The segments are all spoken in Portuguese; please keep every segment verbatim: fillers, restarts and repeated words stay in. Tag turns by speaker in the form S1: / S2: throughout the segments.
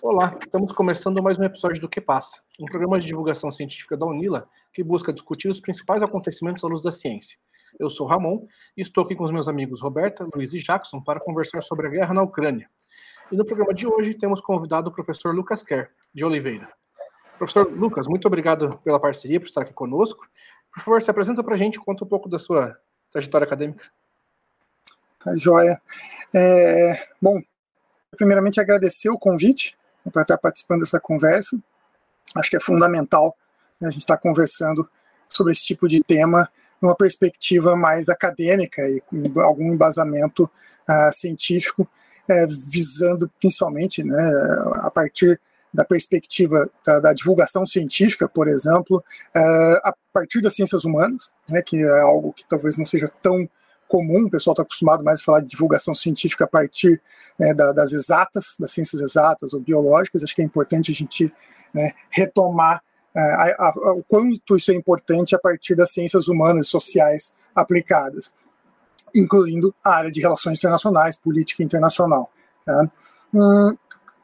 S1: Olá, estamos começando mais um episódio do Que Passa, um programa de divulgação científica da UNILA que busca discutir os principais acontecimentos à luz da ciência. Eu sou Ramon e estou aqui com os meus amigos Roberta, Luiz e Jackson para conversar sobre a guerra na Ucrânia. E no programa de hoje temos convidado o professor Lucas Kerr, de Oliveira. Professor Lucas, muito obrigado pela parceria, por estar aqui conosco. Por favor, se apresenta para a gente, conta um pouco da sua trajetória acadêmica.
S2: Tá joia. É, bom, primeiramente agradecer o convite para estar participando dessa conversa. Acho que é fundamental, né, a gente estar conversando sobre esse tipo de tema numa perspectiva mais acadêmica e com algum embasamento uh, científico, uh, visando principalmente, né, a partir da perspectiva da, da divulgação científica, por exemplo, uh, a partir das ciências humanas, né, que é algo que talvez não seja tão comum, o pessoal está acostumado mais a falar de divulgação científica a partir, né, da, das exatas, das ciências exatas ou biológicas. Acho que é importante a gente, né, retomar uh, a, a, o quanto isso é importante a partir das ciências humanas e sociais aplicadas, incluindo a área de relações internacionais, política internacional. Tá? Hum,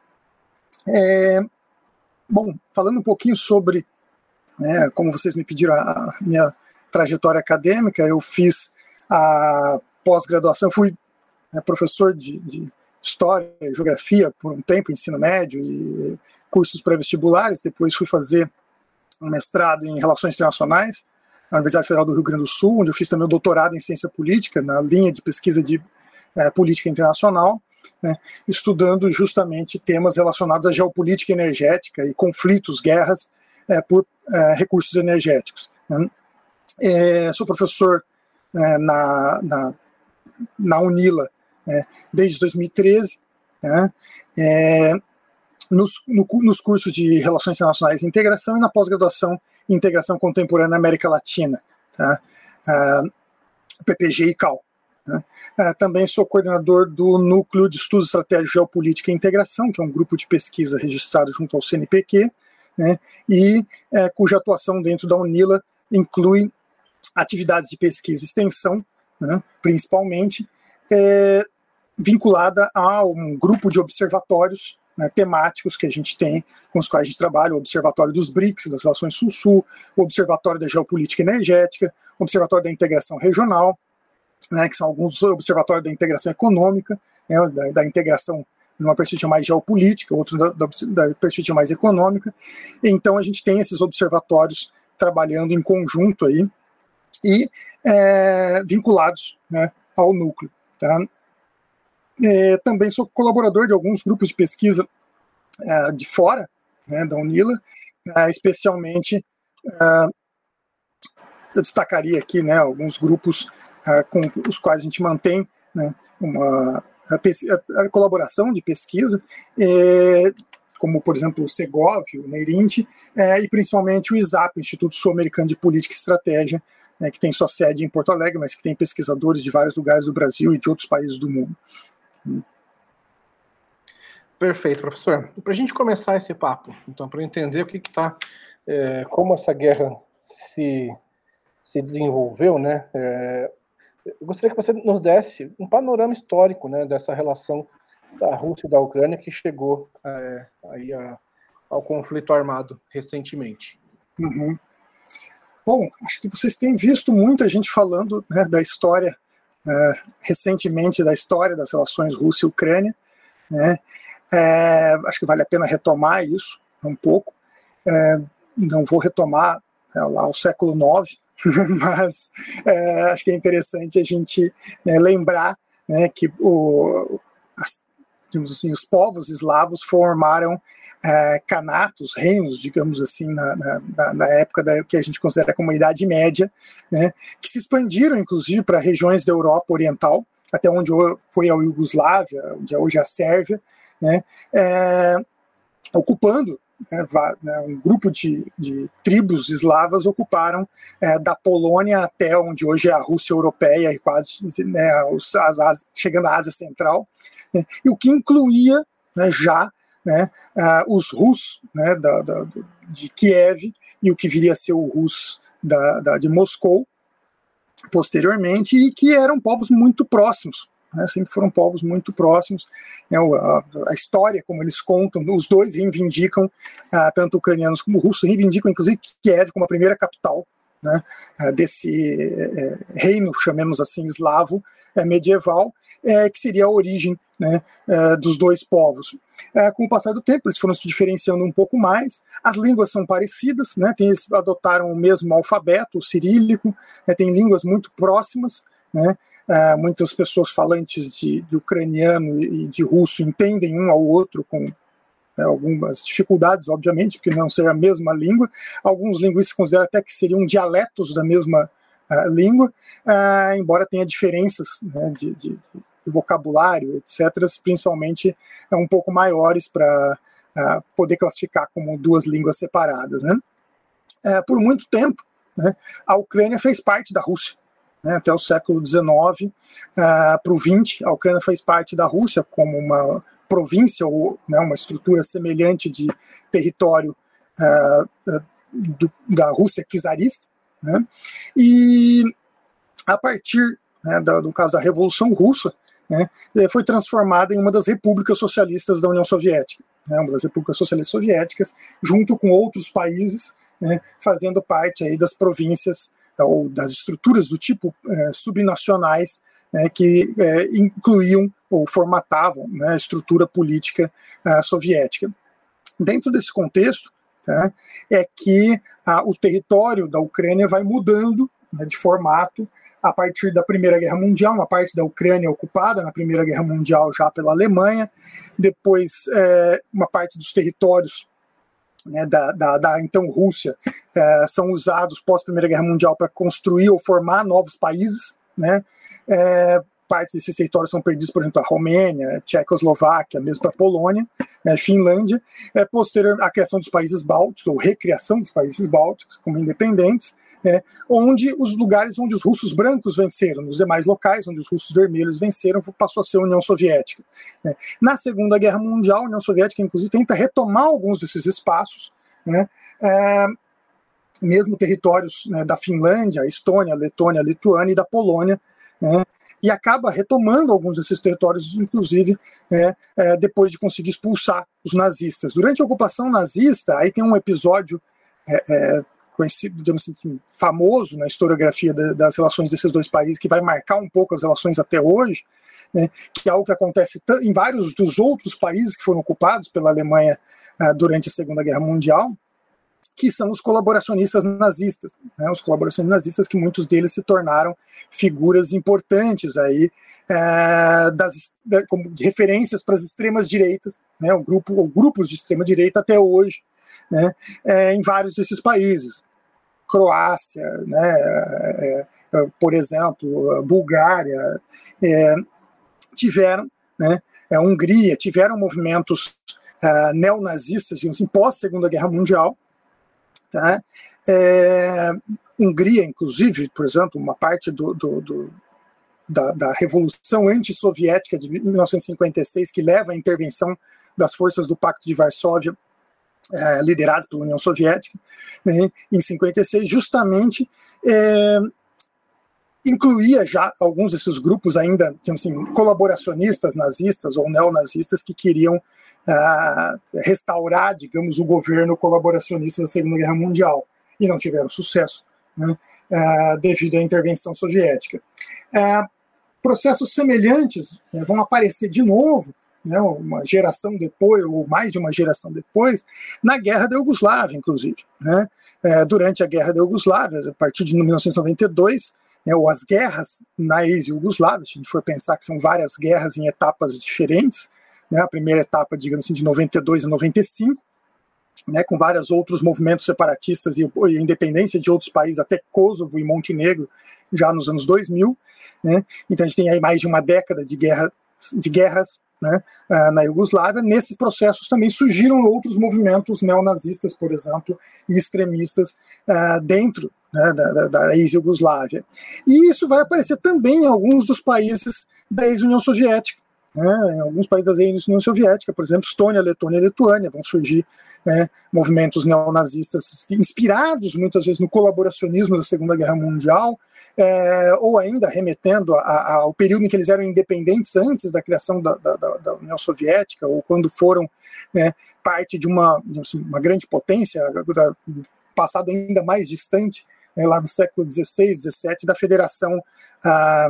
S2: é, bom, falando um pouquinho sobre, né, como vocês me pediram, a, a minha trajetória acadêmica, eu fiz a pós-graduação, fui, né, professor de, de História e Geografia por um tempo, ensino médio e cursos pré-vestibulares, depois fui fazer um mestrado em Relações Internacionais na Universidade Federal do Rio Grande do Sul, onde eu fiz também o doutorado em Ciência Política, na linha de pesquisa de eh, Política Internacional, né, estudando justamente temas relacionados à geopolítica energética e conflitos, guerras eh, por eh, recursos energéticos. Né. Eh, sou professor Na, na, na UNILA, né, desde dois mil e treze, né, é, nos, no, nos cursos de Relações Internacionais e Integração e na pós-graduação em Integração Contemporânea na América Latina, tá, uh, P P G e C A L. Né. Uh, também sou coordenador do Núcleo de Estudos Estratégicos, Geopolítica e Integração, que é um grupo de pesquisa registrado junto ao C N P Q, né, e uh, cuja atuação dentro da UNILA inclui atividades de pesquisa e extensão, né, principalmente, é, vinculada a um grupo de observatórios, né, temáticos que a gente tem, com os quais a gente trabalha, o Observatório dos BRICS, das Relações Sul-Sul, o Observatório da Geopolítica Energética, o Observatório da Integração Regional, né, que são alguns observatórios da integração econômica, né, da, da integração numa perspectiva mais geopolítica, outro da, da, da perspectiva mais econômica. Então a gente tem esses observatórios trabalhando em conjunto aí, e é, vinculados, né, ao núcleo. Tá? É, também sou colaborador de alguns grupos de pesquisa é, de fora, né, da UNILA, é, especialmente, é, eu destacaria aqui, né, alguns grupos é, com os quais a gente mantém, né, uma a, a, a colaboração de pesquisa, é, como, por exemplo, o Segov, o NEIRINT, é, e principalmente o ISAP, Instituto Sul-Americano de Política e Estratégia, né, que tem sua sede em Porto Alegre, mas que tem pesquisadores de vários lugares do Brasil e de outros países do mundo.
S1: Perfeito, professor. E para a gente começar esse papo, então, para entender o que está, é, como essa guerra se, se desenvolveu, né, é, eu gostaria que você nos desse um panorama histórico, né, dessa relação da Rússia e da Ucrânia que chegou é, aí a, ao conflito armado recentemente.
S2: Uhum. Bom, acho que vocês têm visto muita gente falando, né, da história, é, recentemente, da história das relações Rússia e Ucrânia, né, é, acho que vale a pena retomar isso um pouco, é, não vou retomar, é, lá o século nove, mas é, acho que é interessante a gente, né, lembrar, né, que o, as, digamos assim, os povos eslavos formaram é, canatos, reinos, digamos assim, na, na, na época da, que a gente considera como a Idade Média, né, que se expandiram, inclusive, para regiões da Europa Oriental, até onde foi a Iugoslávia, onde é hoje a Sérvia, né, é, ocupando, né, um grupo de, de tribos eslavas ocuparam é, da Polônia até onde hoje é a Rússia Europeia, e quase, né, as, as, chegando à Ásia Central, né, e o que incluía, né, já, né, uh, os Rus, né, da, da, de Kiev, e o que viria a ser o Rus da, da, de Moscou posteriormente, e que eram povos muito próximos, né, sempre foram povos muito próximos. Né, a, a história, como eles contam, os dois reivindicam, uh, tanto ucranianos como russos, reivindicam inclusive Kiev como a primeira capital, né, uh, desse uh, reino, chamemos assim, eslavo, uh, medieval, uh, que seria a origem, né, uh, dos dois povos. Uh, com o passar do tempo, eles foram se diferenciando um pouco mais, as línguas são parecidas, né, tem, eles adotaram o mesmo alfabeto, o cirílico, né, tem línguas muito próximas, né, uh, muitas pessoas falantes de, de ucraniano e de russo entendem um ao outro com, né, algumas dificuldades, obviamente, porque não ser a mesma língua. Alguns linguistas consideram até que seriam dialetos da mesma uh, língua, uh, embora tenha diferenças, né, de, de, de vocabulário, etcétera, principalmente uh, um pouco maiores para uh, poder classificar como duas línguas separadas, né. Uh, por muito tempo, né, a Ucrânia fez parte da Rússia. Né, até o século dezenove uh, para o vinte, a Ucrânia fez parte da Rússia como uma província ou, né, uma estrutura semelhante de território uh, do, da Rússia czarista, né, e a partir, né, da, do caso da Revolução Russa, né, foi transformada em uma das repúblicas socialistas da União Soviética, né, uma das repúblicas socialistas soviéticas, junto com outros países, né, fazendo parte aí das províncias ou das estruturas do tipo eh, subnacionais, né, que eh, incluíam ou formatavam, né, a estrutura política uh, soviética. Dentro desse contexto, tá, é que uh, o território da Ucrânia vai mudando, né, de formato a partir da Primeira Guerra Mundial, uma parte da Ucrânia ocupada na Primeira Guerra Mundial já pela Alemanha, depois eh, uma parte dos territórios, né, da, da, da então Rússia, eh, são usados pós-Primeira Guerra Mundial para construir ou formar novos países, né, eh, partes desses territórios são perdidos, por exemplo, a Romênia, Tchecoslováquia, mesmo para a Polônia, né, Finlândia, eh, posterior à criação dos países bálticos, ou recriação dos países bálticos como independentes, né, onde os lugares onde os russos brancos venceram, nos demais locais onde os russos vermelhos venceram, passou a ser a União Soviética. Né. Na Segunda Guerra Mundial, a União Soviética, inclusive, tenta retomar alguns desses espaços, né, é, mesmo territórios, né, da Finlândia, Estônia, Letônia, Lituânia e da Polônia, né, e acaba retomando alguns desses territórios, inclusive, né, é, depois de conseguir expulsar os nazistas. Durante a ocupação nazista, aí tem um episódio é, é, conhecido, digamos assim, famoso na historiografia da, das relações desses dois países, que vai marcar um pouco as relações até hoje, né, que é algo que acontece em vários dos outros países que foram ocupados pela Alemanha uh, durante a Segunda Guerra Mundial, que são os colaboracionistas nazistas, né, os colaboracionistas nazistas que muitos deles se tornaram figuras importantes aí, é, das, da, como de referências para as extremas direitas, né, o grupo, ou grupos de extrema direita até hoje, né, é, em vários desses países. Croácia, né, é, é, por exemplo, Bulgária, é, tiveram, né, a Hungria, tiveram movimentos uh, neonazistas, digamos assim, pós-Segunda Guerra Mundial. Tá? É, Hungria, inclusive, por exemplo, uma parte do, do, do, da, da Revolução Antissoviética de mil novecentos e cinquenta e seis, que leva à intervenção das forças do Pacto de Varsóvia, é, lideradas pela União Soviética, né, em cinquenta e seis, justamente é, incluía já alguns desses grupos ainda, digamos assim, colaboracionistas nazistas ou neonazistas que queriam uh, restaurar, digamos, o governo colaboracionista da Segunda Guerra Mundial, e não tiveram sucesso, né, uh, devido à intervenção soviética. Uh, processos semelhantes, né, vão aparecer de novo, né, uma geração depois, ou mais de uma geração depois, na Guerra da Iugoslávia, inclusive. Né, uh, durante a Guerra da Iugoslávia, a partir de mil novecentos e noventa e dois, né, ou as guerras na ex-Iugoslávia, se a gente for pensar que são várias guerras em etapas diferentes, né, a primeira etapa, digamos assim, de noventa e dois a noventa e cinco, né, com vários outros movimentos separatistas e, e independência de outros países, até Kosovo e Montenegro, já nos anos dois mil, né, então a gente tem aí mais de uma década de, guerra, de guerras, né, uh, na Iugoslávia. Nesses processos também surgiram outros movimentos neonazistas, por exemplo, e extremistas uh, dentro, né, da, da, da ex-Iugoslávia. E isso vai aparecer também em alguns dos países da ex-União Soviética, né, em alguns países da ex-União Soviética, por exemplo, Estônia, Letônia e Lituânia, vão surgir, né, movimentos neonazistas inspirados muitas vezes no colaboracionismo da Segunda Guerra Mundial, é, ou ainda remetendo a, a, ao período em que eles eram independentes antes da criação da, da, da União Soviética, ou quando foram, né, parte de uma, assim, uma grande potência, da, passado ainda mais distante, né, lá no século dezesseis, dezessete, da Federação ah,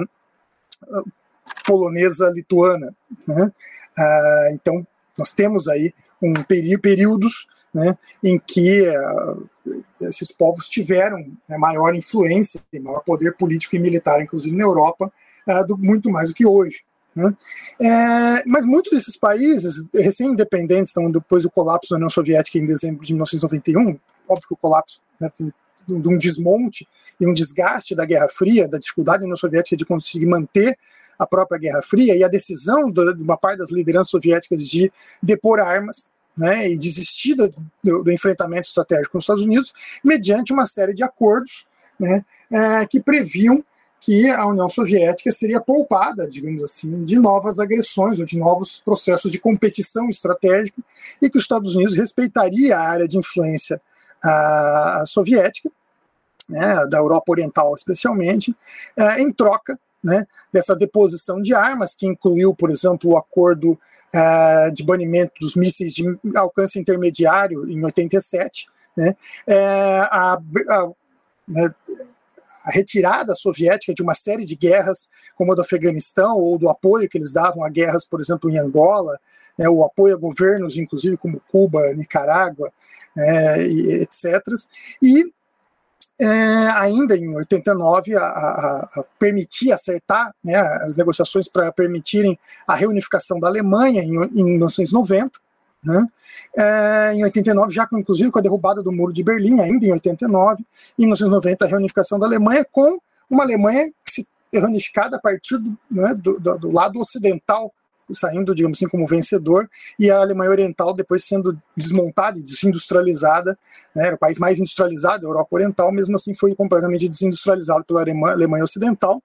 S2: polonesa-lituana, né? Ah, então nós temos aí um peri períodos, né, em que uh, esses povos tiveram, né, maior influência, maior poder político e militar, inclusive na Europa, uh, do, muito mais do que hoje, né? É, mas muitos desses países recém-independentes, então, depois do colapso da União Soviética em dezembro de mil novecentos e noventa e um, óbvio que o colapso, né, de um desmonte e um desgaste da Guerra Fria, da dificuldade da União Soviética de conseguir manter a própria Guerra Fria, e a decisão de uma parte das lideranças soviéticas de depor armas, né, e desistir do, do enfrentamento estratégico com os Estados Unidos, mediante uma série de acordos, né, é, que previam que a União Soviética seria poupada, digamos assim, de novas agressões ou de novos processos de competição estratégica, e que os Estados Unidos respeitaria a área de influência a, a soviética, né, da Europa Oriental especialmente, é, em troca, né, dessa deposição de armas, que incluiu, por exemplo, o acordo uh, de banimento dos mísseis de alcance intermediário em oitenta e sete, né, é, a, a, né, a retirada soviética de uma série de guerras, como a do Afeganistão, ou do apoio que eles davam a guerras, por exemplo, em Angola, né, o apoio a governos, inclusive, como Cuba, Nicarágua, né, e, etcétera. E É, ainda em oitenta e nove, a, a, a permitir, acertar, né, as negociações para permitirem a reunificação da Alemanha em, em mil novecentos e noventa, né, é, em oitenta e nove, já com, inclusive com a derrubada do Muro de Berlim, ainda em oitenta e nove, em mil novecentos e noventa a reunificação da Alemanha, com uma Alemanha que se reunificada a partir do, né, do, do, do lado ocidental, saindo, digamos assim, como vencedor, e a Alemanha Oriental depois sendo desmontada e desindustrializada, né, era o país mais industrializado da Europa Oriental, mesmo assim foi completamente desindustrializado pela Alemanha, Alemanha Ocidental,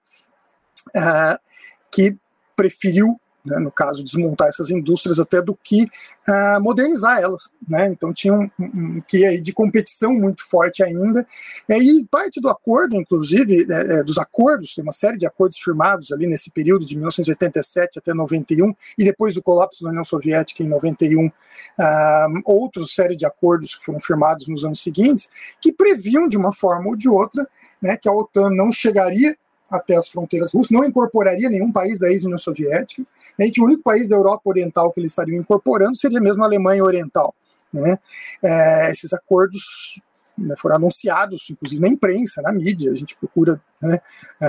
S2: uh, que preferiu, né, no caso, desmontar essas indústrias até do que uh, modernizar elas, né? Então tinha um, um que aí de competição muito forte ainda, e parte do acordo, inclusive, é, dos acordos, tem uma série de acordos firmados ali nesse período de mil novecentos e oitenta e sete até noventa e um, e depois do colapso da União Soviética em noventa e um, uh, outros série de acordos que foram firmados nos anos seguintes, que previam de uma forma ou de outra, né, que a OTAN não chegaria até as fronteiras russas, não incorporaria nenhum país da ex-União Soviética, né, e que o único país da Europa Oriental que eles estariam incorporando seria mesmo a Alemanha Oriental, né. É, esses acordos, né, foram anunciados, inclusive na imprensa, na mídia, a gente procura, né, é,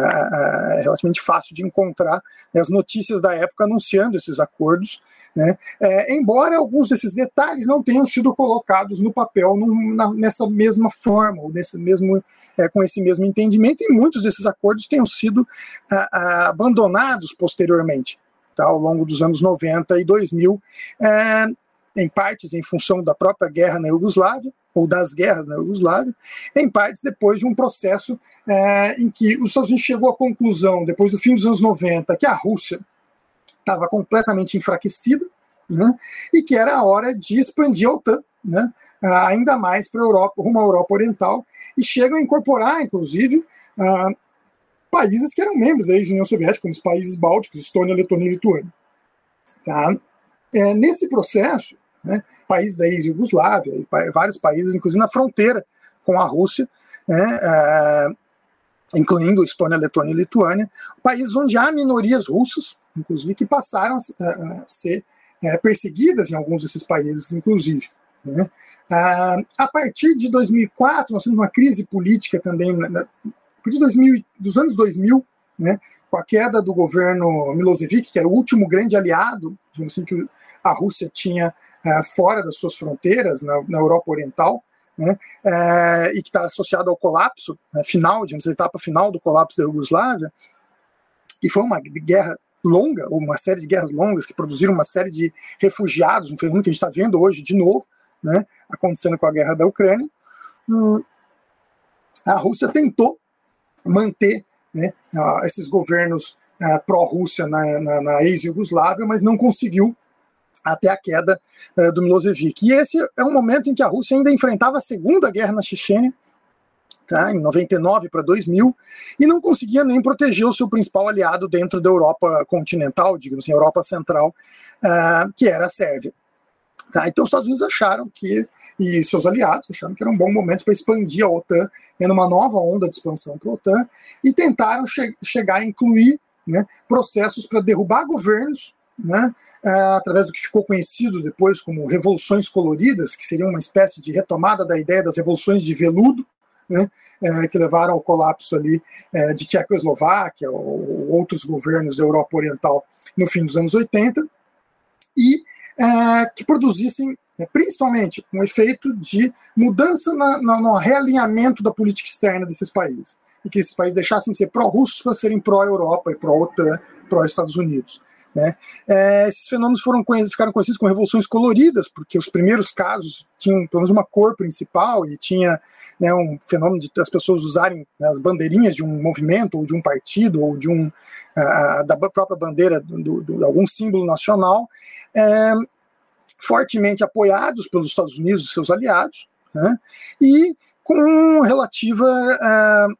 S2: é relativamente fácil de encontrar, né, as notícias da época anunciando esses acordos, né, é, embora alguns desses detalhes não tenham sido colocados no papel num, na, nessa mesma forma, ou nesse mesmo, é, com esse mesmo entendimento, e muitos desses acordos tenham sido a, a, abandonados posteriormente, tá, ao longo dos anos noventa e dois mil, é, em partes em função da própria guerra na Iugoslávia, ou das guerras na Iugoslávia, em partes depois de um processo é, em que os Estados Unidos chegou à conclusão, depois do fim dos anos noventa, que a Rússia estava completamente enfraquecida, né, e que era a hora de expandir a OTAN, né, ainda mais para a Europa, rumo à Europa Oriental, e chegam a incorporar, inclusive, uh, países que eram membros da ex-União Soviética, como os países bálticos, Estônia, Letônia e Lituânia. Tá? É, nesse processo, né, países da ex-Iugoslávia, e pa vários países, inclusive na fronteira com a Rússia, né, é, incluindo Estônia, Letônia e Lituânia, países onde há minorias russas, inclusive, que passaram a, a ser é, perseguidas em alguns desses países, inclusive. Né. Ah, a partir de dois mil e quatro, nós temos uma crise política também, na, na, a partir de dois mil, dos anos dois mil, né, com a queda do governo Milosevic, que era o último grande aliado, digamos assim, que a Rússia tinha uh, fora das suas fronteiras, na, na Europa Oriental, né, uh, e que está associado ao colapso, né, final, digamos, a etapa final do colapso da Iugoslávia, que foi uma guerra longa, ou uma série de guerras longas, que produziram uma série de refugiados, um fenômeno que a gente está vendo hoje de novo, né, acontecendo com a guerra da Ucrânia. Hum, a Rússia tentou manter, né, esses governos uh, pró-Rússia na, na, na ex-Iugoslávia, mas não conseguiu até a queda uh, do Milošević. E esse é um momento em que a Rússia ainda enfrentava a Segunda Guerra na Chechênia, tá, em noventa e nove para dois mil, e não conseguia nem proteger o seu principal aliado dentro da Europa continental, digamos assim, Europa Central, uh, que era a Sérvia. Tá, então os Estados Unidos acharam que, e seus aliados acharam que era um bom momento para expandir a OTAN, tendo uma nova onda de expansão para a OTAN, e tentaram che chegar a incluir, né, processos para derrubar governos, né, uh, através do que ficou conhecido depois como revoluções coloridas, que seria uma espécie de retomada da ideia das revoluções de veludo, né, uh, que levaram ao colapso ali uh, de Tchecoslováquia ou outros governos da Europa Oriental no fim dos anos oitenta, e Uh, que produzissem, né, principalmente, um efeito de mudança na, na, no realinhamento da política externa desses países, e que esses países deixassem de ser pró-russos para serem pró-Europa e pró-OTAN, pró-Estados Unidos. Né? Uh, esses fenômenos foram ficaram conhecidos como revoluções coloridas, porque os primeiros casos tinham pelo menos uma cor principal e tinha, né, um fenômeno de as pessoas usarem, né, as bandeirinhas de um movimento ou de um partido ou de um, uh, da própria bandeira do, do, de algum símbolo nacional, uh, fortemente apoiados pelos Estados Unidos e seus aliados, né, e com relativa uh,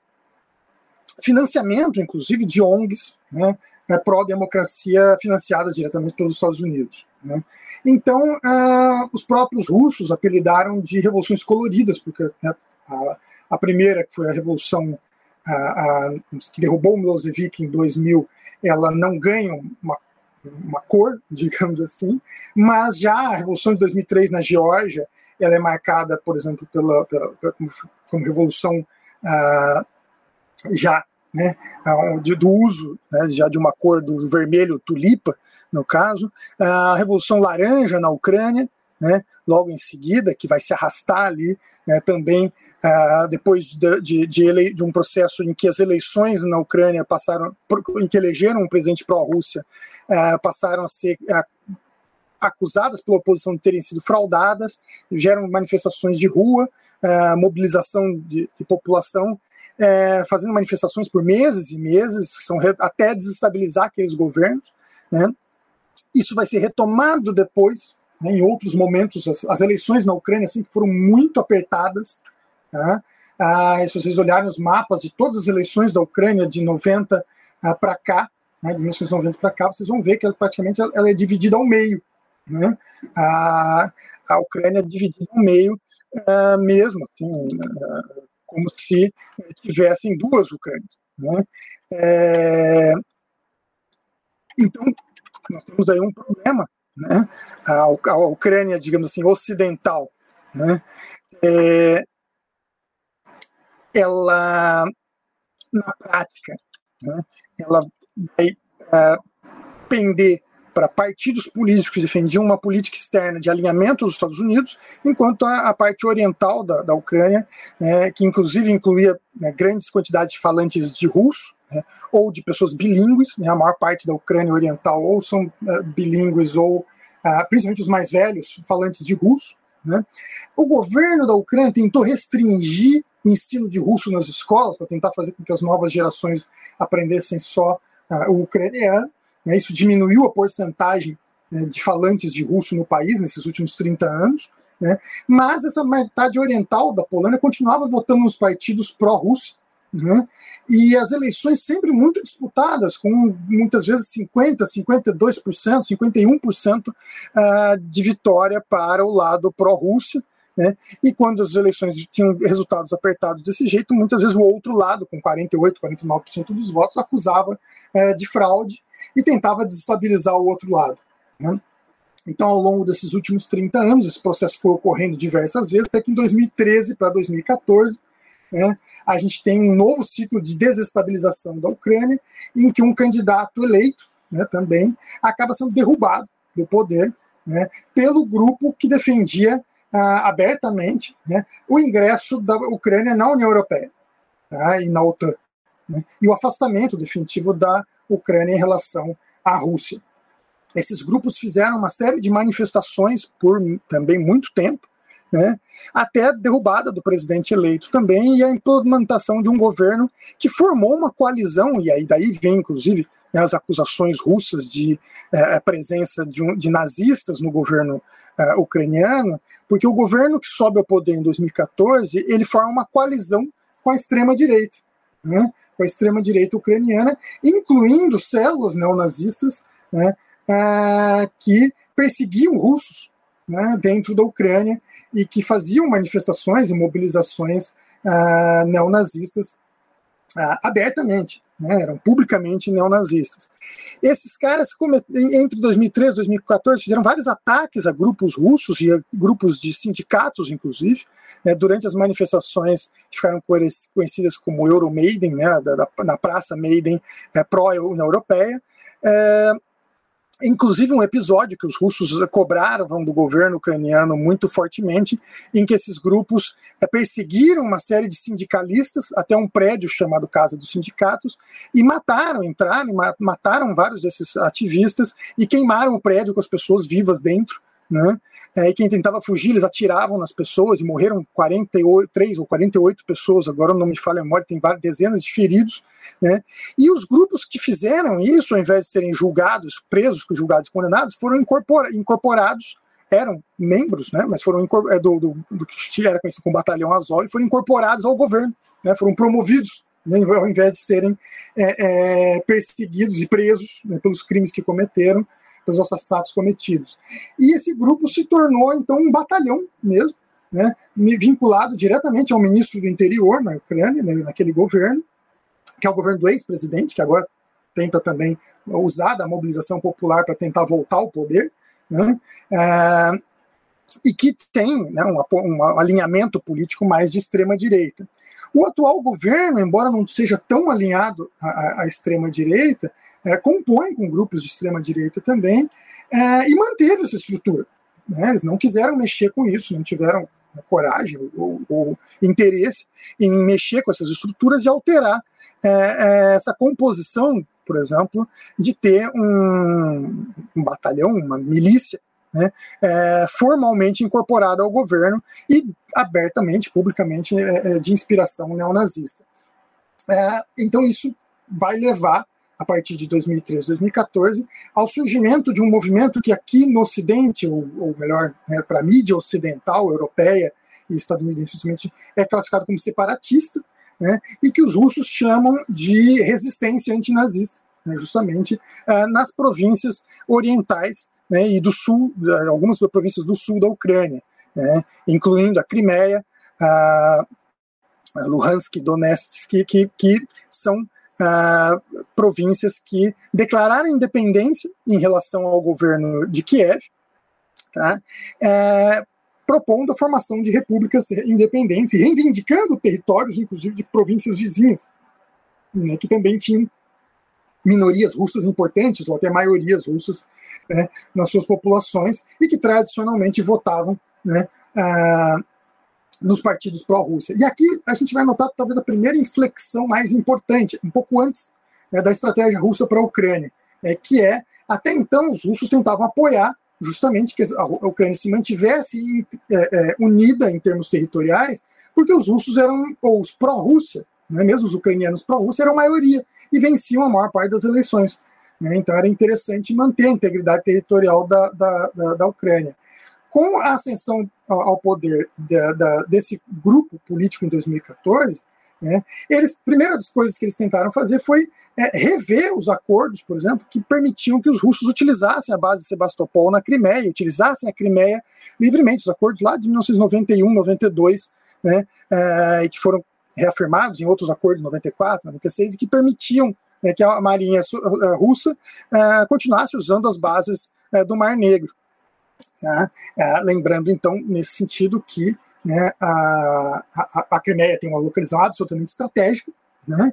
S2: financiamento, inclusive, de O N Gs, né, pró-democracia financiadas diretamente pelos Estados Unidos. Né. Então, uh, os próprios russos apelidaram de revoluções coloridas, porque, né, a, a primeira, que foi a revolução a, a, que derrubou o Milošević em dois mil, ela não ganha uma, uma cor, digamos assim, mas já a revolução de dois mil e três na Geórgia, ela é marcada, por exemplo, pela, pela, pela como, como revolução uh, já, né, do uso, né, já de uma cor do vermelho tulipa, no caso, a Revolução Laranja na Ucrânia, né, logo em seguida, que vai se arrastar ali, né, também uh, depois de, de, de, ele, de um processo em que as eleições na Ucrânia passaram, em que elegeram um presidente pró-Rússia, uh, passaram a ser uh, acusadas pela oposição de terem sido fraudadas, geram manifestações de rua, uh, mobilização de, de população, É, fazendo manifestações por meses e meses, que são até desestabilizar aqueles governos, né? Isso vai ser retomado depois, né, em outros momentos. As, as eleições na Ucrânia sempre foram muito apertadas, tá? Ah, se vocês olharem os mapas de todas as eleições da Ucrânia de noventa ah, para cá, né, de mil novecentos e noventa para cá, vocês vão ver que ela, praticamente ela é dividida ao meio, né? a, a Ucrânia é dividida ao meio ah, mesmo, assim, ah, como se tivessem duas Ucrânias. Né? É, então, nós temos aí um problema. Né? A, a Ucrânia, digamos assim, ocidental, né? é, ela, na prática, né, ela vai uh, pender para partidos políticos que defendiam uma política externa de alinhamento dos Estados Unidos, enquanto a, a parte oriental da, da Ucrânia, né, que inclusive incluía, né, grandes quantidades de falantes de russo, né, ou de pessoas bilíngues, né, a maior parte da Ucrânia oriental ou são uh, bilíngues, ou uh, principalmente os mais velhos, falantes de russo. Né. O governo da Ucrânia tentou restringir o ensino de russo nas escolas, para tentar fazer com que as novas gerações aprendessem só uh, o ucraniano. Isso diminuiu a porcentagem, né, de falantes de russo no país nesses últimos trinta anos, né, mas essa metade oriental da Polônia continuava votando nos partidos pró-Rússia, né, e as eleições sempre muito disputadas, com muitas vezes cinquenta por cento, cinquenta e dois por cento, cinquenta e um por cento uh, de vitória para o lado pró-Rússia. Né? E quando as eleições tinham resultados apertados desse jeito, muitas vezes o outro lado, com quarenta e oito, quarenta e nove por cento dos votos, acusava é, de fraude e tentava desestabilizar o outro lado. Né? Então, ao longo desses últimos trinta anos, esse processo foi ocorrendo diversas vezes, até que em dois mil e treze para dois mil e quatorze, né, a gente tem um novo ciclo de desestabilização da Ucrânia, em que um candidato eleito, né, também acaba sendo derrubado do poder, né, pelo grupo que defendia Uh, abertamente, né, o ingresso da Ucrânia na União Europeia, tá, e na OTAN, né, e o afastamento definitivo da Ucrânia em relação à Rússia. Esses grupos fizeram uma série de manifestações por também muito tempo, né, até a derrubada do presidente eleito também e a implementação de um governo que formou uma coalizão, e aí daí vem inclusive né, as acusações russas de uh, presença de, um, de nazistas no governo uh, ucraniano, porque o governo que sobe ao poder em dois mil e quatorze, ele forma uma coalizão com a extrema-direita, né, com a extrema-direita ucraniana, incluindo células neonazistas, né, uh, que perseguiam russos, né, dentro da Ucrânia e que faziam manifestações e mobilizações uh, neonazistas uh, abertamente, né, eram publicamente neonazistas. Esses caras, entre dois mil e treze e dois mil e quatorze, fizeram vários ataques a grupos russos e a grupos de sindicatos, inclusive, né, durante as manifestações que ficaram conhecidas como Euromaidan, né, da, da, na Praça Maidan é, pró-União Europeia. É, inclusive um episódio que os russos cobraram do governo ucraniano muito fortemente, em que esses grupos é, perseguiram uma série de sindicalistas até um prédio chamado Casa dos Sindicatos e mataram, entraram, mataram vários desses ativistas e queimaram o prédio com as pessoas vivas dentro, né? É, e quem tentava fugir, eles atiravam nas pessoas e morreram quarenta e três ou quarenta e oito pessoas, agora não me falha a memória, tem várias dezenas de feridos, né? E os grupos que fizeram isso, ao invés de serem julgados, presos, julgados, condenados, foram incorpora, incorporados, eram membros, né? Mas foram do, do, do que era conhecido como Batalhão Azov, e foram incorporados ao governo, né? Foram promovidos, né? Ao invés de serem é, é, perseguidos e presos, né, pelos crimes que cometeram, pelos assassinatos cometidos. E esse grupo se tornou, então, um batalhão mesmo, né, vinculado diretamente ao ministro do interior na Ucrânia, né, naquele governo, que é o governo do ex-presidente, que agora tenta também usar da mobilização popular para tentar voltar ao poder, né, é, e que tem, né, um, um alinhamento político mais de extrema-direita. O atual governo, embora não seja tão alinhado à, à extrema-direita, É, compõe com grupos de extrema-direita também, é, e manteve essa estrutura. Né? Eles não quiseram mexer com isso, não tiveram coragem ou, ou interesse em mexer com essas estruturas e alterar é, é, essa composição, por exemplo, de ter um, um batalhão, uma milícia, né, é, formalmente incorporada ao governo e abertamente, publicamente, é, de inspiração neonazista. É, então isso vai levar, a partir de dois mil e treze, dois mil e quatorze, ao surgimento de um movimento que aqui no Ocidente, ou, ou melhor, né, para a mídia ocidental, europeia e estadunidense, principalmente, é classificado como separatista, né, e que os russos chamam de resistência antinazista, né, justamente uh, nas províncias orientais, né, e do sul, uh, algumas províncias do sul da Ucrânia, né, incluindo a Crimeia, uh, Luhansk, Donetsk, que, que, que são Uh, províncias que declararam independência em relação ao governo de Kiev, tá? uh, propondo a formação de repúblicas independentes e reivindicando territórios, inclusive, de províncias vizinhas, né, que também tinham minorias russas importantes, ou até maiorias russas, né, nas suas populações, e que tradicionalmente votavam, né, uh, nos partidos pró-Rússia. E aqui a gente vai notar talvez a primeira inflexão mais importante, um pouco antes, né, da estratégia russa para a Ucrânia, é, que é, até então, os russos tentavam apoiar justamente que a Ucrânia se mantivesse é, é, unida em termos territoriais, porque os russos eram, ou os pró-Rússia, né, mesmo os ucranianos pró-Rússia, eram a maioria, e venciam a maior parte das eleições. Né, então era interessante manter a integridade territorial da, da, da, da Ucrânia. Com a ascensão ao poder da, da, desse grupo político em dois mil e quatorze, né, eles, a primeira das coisas que eles tentaram fazer foi é, rever os acordos, por exemplo, que permitiam que os russos utilizassem a base de Sebastopol na Crimeia, utilizassem a Crimeia livremente, os acordos lá de mil novecentos e noventa e um, noventa e dois, né, é, que foram reafirmados em outros acordos, noventa e quatro, noventa e seis, e que permitiam, né, que a marinha russa é, continuasse usando as bases é, do Mar Negro. Tá? É, lembrando, então, nesse sentido que, né, a, a, a Crimeia tem uma localização absolutamente estratégica, né,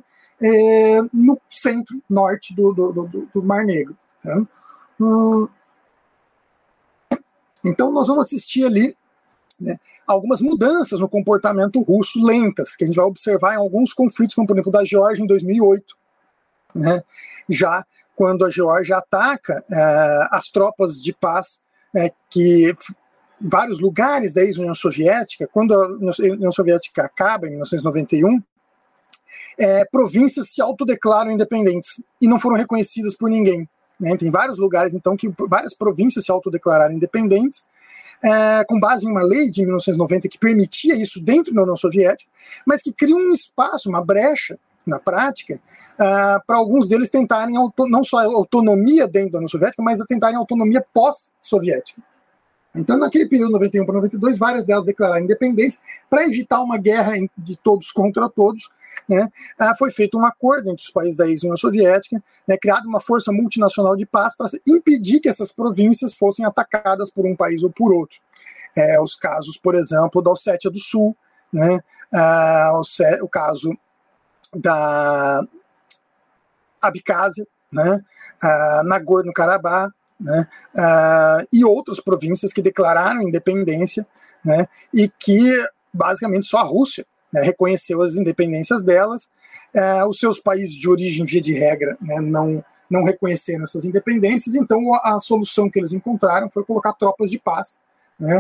S2: é, no centro-norte do, do, do, do Mar Negro. Tá? Hum, então, nós vamos assistir ali, né, algumas mudanças no comportamento russo lentas, que a gente vai observar em alguns conflitos, como, por exemplo, da Geórgia em dois mil e oito. Né, já quando a Geórgia ataca é, as tropas de paz É, que vários lugares da ex-União Soviética, quando a União Soviética acaba, em mil novecentos e noventa e um, é, províncias se autodeclaram independentes e não foram reconhecidas por ninguém. Né? Tem vários lugares, então, que várias províncias se autodeclararam independentes, é, com base em uma lei de mil novecentos e noventa que permitia isso dentro da União Soviética, mas que cria um espaço, uma brecha, na prática, uh, para alguns deles tentarem auto, não só autonomia dentro da União Soviética, mas tentarem autonomia pós-soviética. Então, naquele período, noventa e um para noventa e dois, várias delas declararam independência para evitar uma guerra de todos contra todos. Né, uh, foi feito um acordo entre os países da ex-União Soviética, né, criada uma força multinacional de paz para impedir que essas províncias fossem atacadas por um país ou por outro. É, os casos, por exemplo, da Ossétia do Sul, né, uh, o, o caso da Abcásia, né, uh, Nagorno-Karabakh, né, uh, e outras províncias que declararam independência, né, e que basicamente só a Rússia, né, reconheceu as independências delas. Uh, os seus países de origem, via de regra, né, não, não reconheceram essas independências, então a, a solução que eles encontraram foi colocar tropas de paz, né,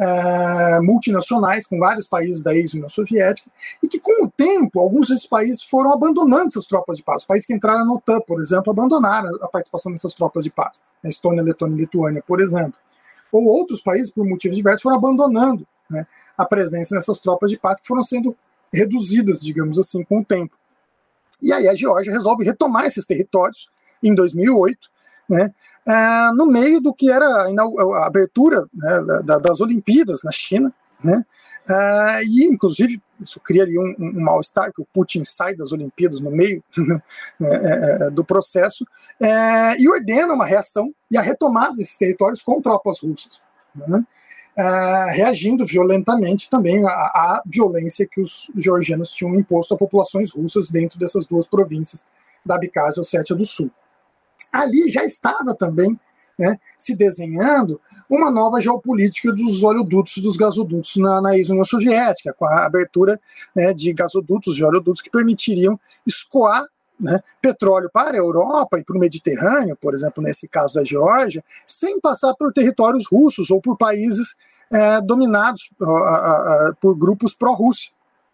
S2: Uh, multinacionais com vários países da ex-União Soviética, e que com o tempo alguns desses países foram abandonando essas tropas de paz. Os países que entraram na OTAN, por exemplo, abandonaram a participação dessas tropas de paz. A Estônia, Letônia e Lituânia, por exemplo. Ou outros países, por motivos diversos, foram abandonando, né, a presença nessas tropas de paz, que foram sendo reduzidas, digamos assim, com o tempo. E aí a Geórgia resolve retomar esses territórios em dois mil e oito, né, uh, no meio do que era a, a abertura, né, da, das Olimpíadas na China, né, uh, e inclusive isso cria ali um, um mal-estar, que o Putin sai das Olimpíadas no meio né, do processo, uh, e ordena uma reação e a retomada desses territórios com tropas russas, né, uh, reagindo violentamente também à, à violência que os georgianos tinham imposto a populações russas dentro dessas duas províncias da Abcásia e Ossétia do Sul. Ali já estava também, né, se desenhando uma nova geopolítica dos oleodutos e dos gasodutos na, na ex-União Soviética, com a abertura, né, de gasodutos e oleodutos que permitiriam escoar, né, petróleo para a Europa e para o Mediterrâneo, por exemplo, nesse caso da Geórgia, sem passar por territórios russos ou por países é, dominados uh, uh, uh, por grupos pró-Rússia.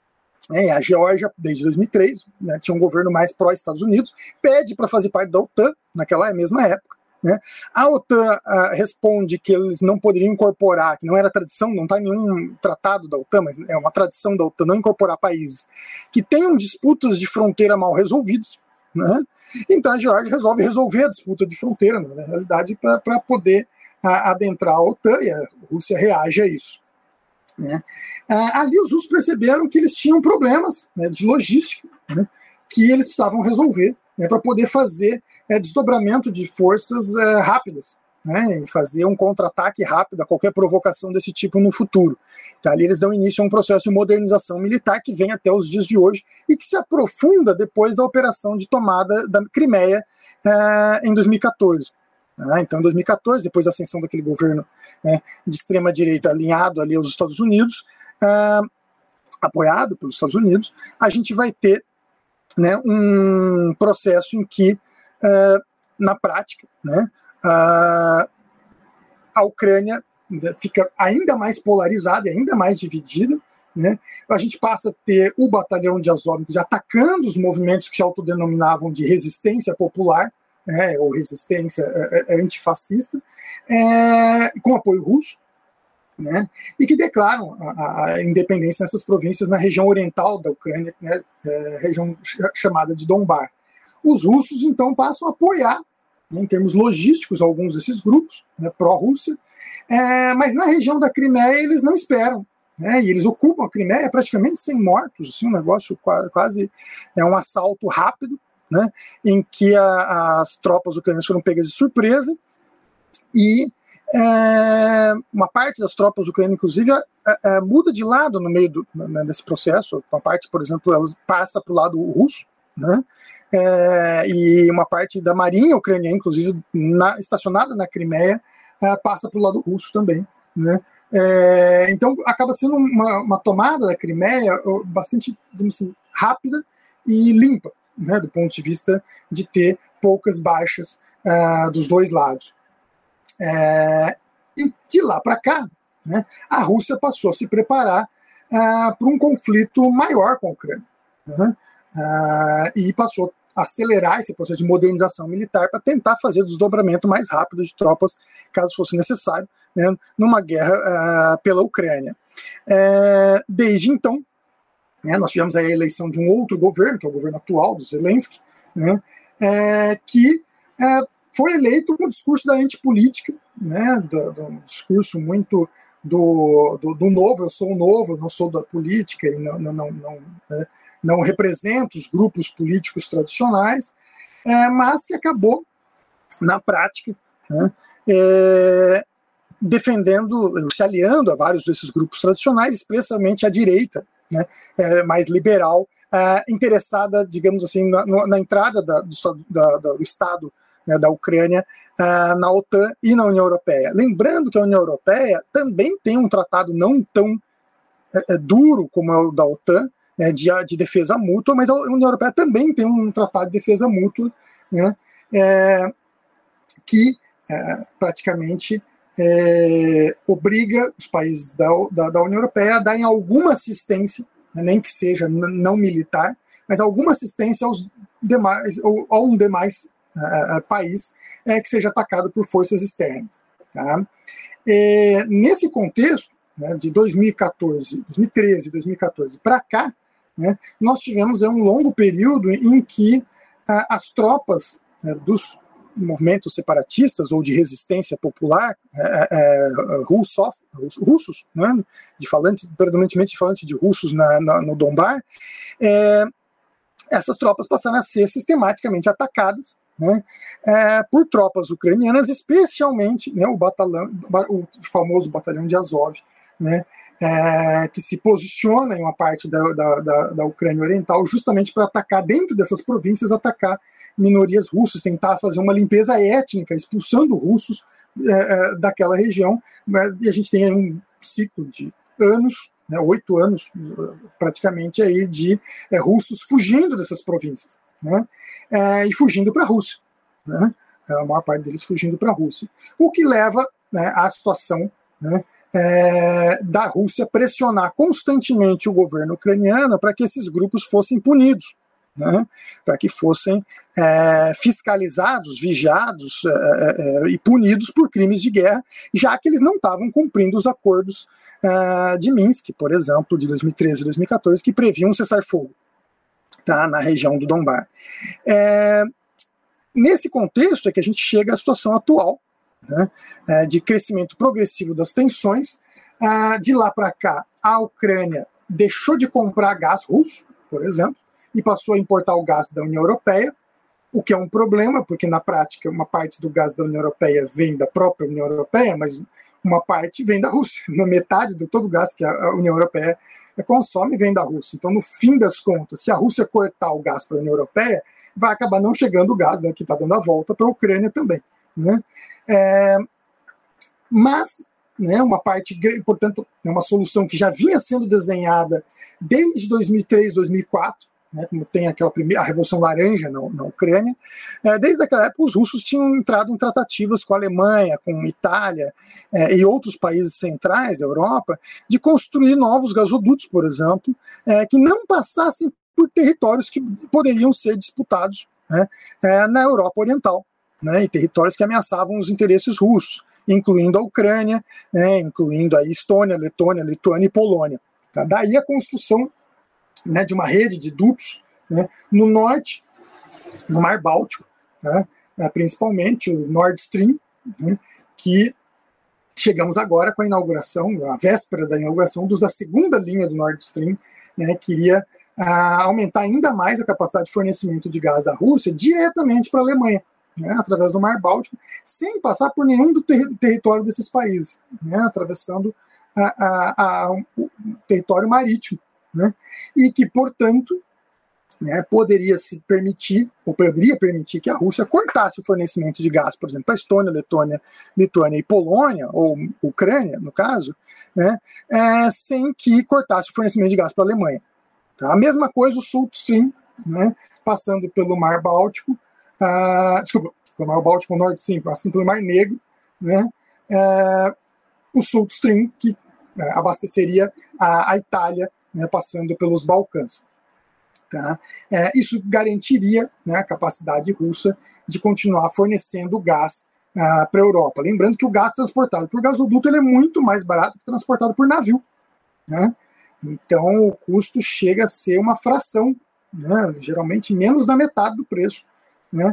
S2: É, a Geórgia, desde dois mil e três, né, tinha um governo mais pró-Estados Unidos, pede para fazer parte da OTAN, naquela mesma época. Né. A OTAN uh, responde que eles não poderiam incorporar, que não era tradição, não está em nenhum tratado da OTAN, mas é uma tradição da OTAN não incorporar países que tenham disputas de fronteira mal resolvidas. Né. Então a Geórgia resolve resolver a disputa de fronteira, na realidade, para poder uh, adentrar a OTAN, e a Rússia reage a isso. Né. Ah, ali os russos perceberam que eles tinham problemas, né, de logística, né, que eles precisavam resolver, né, para poder fazer é, desdobramento de forças é, rápidas, né, e fazer um contra-ataque rápido a qualquer provocação desse tipo no futuro. Então, ali eles dão início a um processo de modernização militar que vem até os dias de hoje e que se aprofunda depois da operação de tomada da Crimeia é, em dois mil e catorze. Ah, então, em dois mil e catorze, depois da ascensão daquele governo, né, de extrema-direita alinhado ali aos Estados Unidos, ah, apoiado pelos Estados Unidos, a gente vai ter, né, um processo em que, ah, na prática, né, ah, a Ucrânia fica ainda mais polarizada e ainda mais dividida. Né? A gente passa a ter o batalhão de Azov atacando os movimentos que se autodenominavam de resistência popular, É, ou resistência é, é, antifascista, é, com apoio russo, né, e que declaram a, a independência nessas províncias na região oriental da Ucrânia, né, é, região ch chamada de Donbar. Os russos, então, passam a apoiar, né, em termos logísticos, alguns desses grupos, né, pró-Rússia, é, mas na região da Crimeia eles não esperam. Né, e eles ocupam a Crimeia praticamente sem mortos, assim, um negócio quase é um assalto rápido, né, em que a, as tropas ucranianas foram pegas de surpresa e é, uma parte das tropas ucranianas, inclusive, é, é, muda de lado no meio do, né, desse processo. Uma parte, por exemplo, ela passa para o lado russo, né, é, e uma parte da marinha ucraniana, inclusive na, estacionada na Crimeia, é, passa para o lado russo também. Né. É, então acaba sendo uma, uma tomada da Crimeia bastante, digamos assim, rápida e limpa. Né, do ponto de vista de ter poucas baixas uh, dos dois lados. É, e de lá para cá, né, a Rússia passou a se preparar uh, para um conflito maior com a Ucrânia. Né? uh, e passou a acelerar esse processo de modernização militar para tentar fazer o desdobramento mais rápido de tropas, caso fosse necessário, né, numa guerra uh, pela Ucrânia. Uh, desde então, né, nós tivemos a eleição de um outro governo, que é o governo atual, do Zelensky, né, uh, que uh, foi eleito com o discurso da antipolítica, né, do, do discurso muito do, do, do novo, eu sou o novo, eu não sou da política, e não, não, não, não, é, não represento os grupos políticos tradicionais, é, mas que acabou, na prática, né, é, defendendo, se aliando a vários desses grupos tradicionais, especialmente a direita, né, é, mais liberal, é, interessada, digamos assim, na, na entrada da, do, da, do Estado, né, da Ucrânia uh, na OTAN e na União Europeia. Lembrando que a União Europeia também tem um tratado não tão uh, duro como é o da OTAN, né, de, de defesa mútua, mas a União Europeia também tem um tratado de defesa mútua, né, é, que é, praticamente é, obriga os países da, da, da União Europeia a darem alguma assistência, né, nem que seja não militar, mas alguma assistência aos demais, ou a um demais Uh, país é, que seja atacado por forças externas. Tá? E, nesse contexto, né, de dois mil e quatorze, dois mil e treze, dois mil e quatorze para cá, né, nós tivemos é, um longo período em que uh, as tropas uh, dos movimentos separatistas ou de resistência popular uh, uh, russof, russos, né, de falantes, predominantemente de falantes de russos na, na, no Donbar, uh, essas tropas passaram a ser sistematicamente atacadas, né, é, por tropas ucranianas, especialmente, né, o, batalhão, o famoso batalhão de Azov, né, é, que se posiciona em uma parte da, da, da, da Ucrânia Oriental justamente para atacar, dentro dessas províncias, atacar minorias russas, tentar fazer uma limpeza étnica, expulsando russos é, daquela região, né, e a gente tem um ciclo de anos, né, oito anos praticamente aí de é, russos fugindo dessas províncias, né, é, e fugindo para a Rússia, né, a maior parte deles fugindo para a Rússia, o que leva, né, à situação, né, é, da Rússia pressionar constantemente o governo ucraniano para que esses grupos fossem punidos, né, para que fossem é, fiscalizados, vigiados é, é, e punidos por crimes de guerra, já que eles não estavam cumprindo os acordos é, de Minsk, por exemplo, de dois mil e treze e dois mil e quatorze, que previam um cessar-fogo, tá, na região do Donbar. É, nesse contexto é que a gente chega à situação atual, né, é, de crescimento progressivo das tensões. É, de lá para cá, a Ucrânia deixou de comprar gás russo, por exemplo, e passou a importar o gás da União Europeia, o que é um problema, porque na prática uma parte do gás da União Europeia vem da própria União Europeia, mas uma parte vem da Rússia. Na metade de todo o gás que a União Europeia consome vem da Rússia. Então, no fim das contas, se a Rússia cortar o gás para a União Europeia, vai acabar não chegando o gás, né, que está dando a volta para a Ucrânia também, né? É, mas, né, uma parte, portanto, é uma solução que já vinha sendo desenhada desde dois mil e três, dois mil e quatro, né, como tem aquela primeira, a Revolução Laranja na, na Ucrânia. É, desde aquela época os russos tinham entrado em tratativas com a Alemanha, com a Itália é, e outros países centrais da Europa de construir novos gasodutos, por exemplo, é, que não passassem por territórios que poderiam ser disputados, né, é, na Europa Oriental, né, e territórios que ameaçavam os interesses russos, incluindo a Ucrânia, né, incluindo a Estônia, Letônia, Lituânia e Polônia. Tá? Daí a construção, né, de uma rede de dutos, né, no norte, no Mar Báltico, tá, principalmente o Nord Stream, né, que chegamos agora com a inauguração, a véspera da inauguração da segunda linha do Nord Stream, né, que iria ah, aumentar ainda mais a capacidade de fornecimento de gás da Rússia diretamente para a Alemanha, né, através do Mar Báltico, sem passar por nenhum do ter território desses países, né, atravessando a, a, a, o território marítimo, né, e que, portanto, né, poderia se permitir, ou poderia permitir que a Rússia cortasse o fornecimento de gás, por exemplo, para a Estônia, Letônia, Lituânia e Polônia, ou Ucrânia, no caso, né, é, sem que cortasse o fornecimento de gás para a Alemanha. Tá? A mesma coisa o South Stream, né, passando pelo Mar Báltico, uh, desculpa, pelo Mar Báltico, o Nord Stream, passando pelo Mar Negro, né, uh, o South Stream, que uh, abasteceria a, a Itália, né, passando pelos Balcãs. Tá? É, isso garantiria, né, a capacidade russa de continuar fornecendo gás uh, para a Europa. Lembrando que o gás transportado por gasoduto ele é muito mais barato que transportado por navio. Né? Então o custo chega a ser uma fração, né, geralmente menos da metade do preço, né?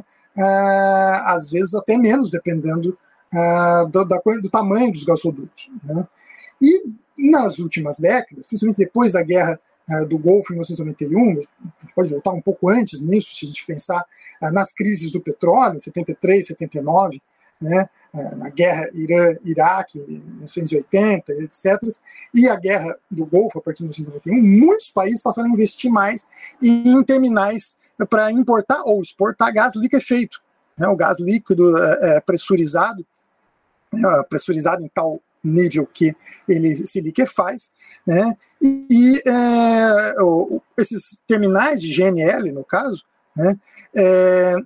S2: Uh, às vezes até menos, dependendo uh, do, da, do tamanho dos gasodutos. Né? E nas últimas décadas, principalmente depois da guerra uh, do Golfo em mil novecentos e noventa e um, a gente pode voltar um pouco antes nisso, se a gente pensar uh, nas crises do petróleo, em setenta e três, setenta e nove, né, uh, na guerra Irã-Iraque, em mil novecentos e oitenta, etcétera, e a guerra do Golfo, a partir de mil novecentos e noventa e um, muitos países passaram a investir mais em terminais para importar ou exportar gás liquefeito, né, o gás líquido uh, pressurizado, uh, pressurizado em tal nível que ele se liquefaz, né? E, e é, o, esses terminais de G N L, no caso, né, é,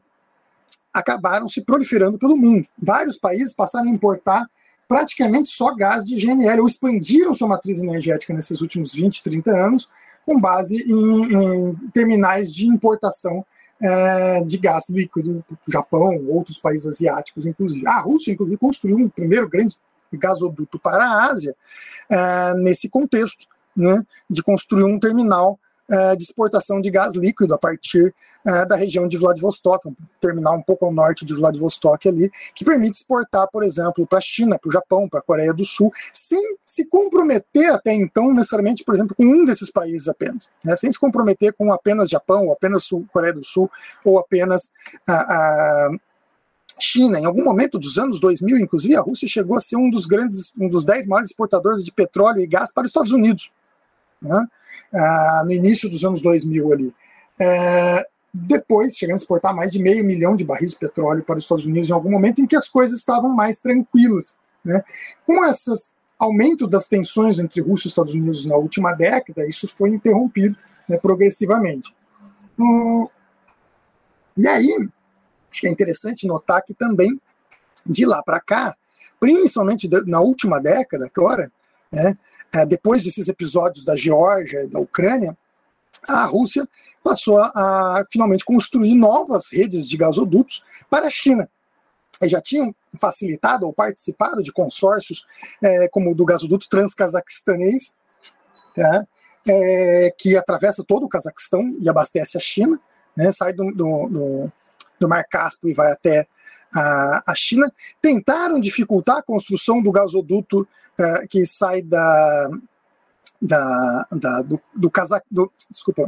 S2: acabaram se proliferando pelo mundo. Vários países passaram a importar praticamente só gás de G N L, ou expandiram sua matriz energética nesses últimos vinte, trinta anos, com base em, em terminais de importação é, de gás líquido do Japão, outros países asiáticos, inclusive. A Rússia, inclusive, construiu um primeiro grande gasoduto para a Ásia, é, nesse contexto, né, de construir um terminal é, de exportação de gás líquido a partir é, da região de Vladivostok, um terminal um pouco ao norte de Vladivostok ali, que permite exportar, por exemplo, para a China, para o Japão, para a Coreia do Sul, sem se comprometer até então, necessariamente, por exemplo, com um desses países apenas, né, sem se comprometer com apenas Japão, ou apenas Sul, Coreia do Sul, ou apenas a, a China. Em algum momento dos anos dois mil, inclusive, a Rússia chegou a ser um dos grandes, um dos dez maiores exportadores de petróleo e gás para os Estados Unidos, né? ah, no início dos anos dois mil ali. É, depois, chegando a exportar mais de meio milhão de barris de petróleo para os Estados Unidos em algum momento em que as coisas estavam mais tranquilas. Né? Com esse aumento das tensões entre Rússia e Estados Unidos na última década, isso foi interrompido, né, progressivamente. Hum, e aí, acho que é interessante notar que também, de lá para cá, principalmente na última década agora, né, depois desses episódios da Geórgia e da Ucrânia, a Rússia passou a, a finalmente construir novas redes de gasodutos para a China. Eles já tinham facilitado ou participado de consórcios é, como o do gasoduto transcazaquestanês, tá, é, que atravessa todo o Cazaquistão e abastece a China, né, sai do, do, do do Mar Cáspio e vai até a, a China. Tentaram dificultar a construção do gasoduto uh, que sai da, da, da do, do Cazac, do, desculpa,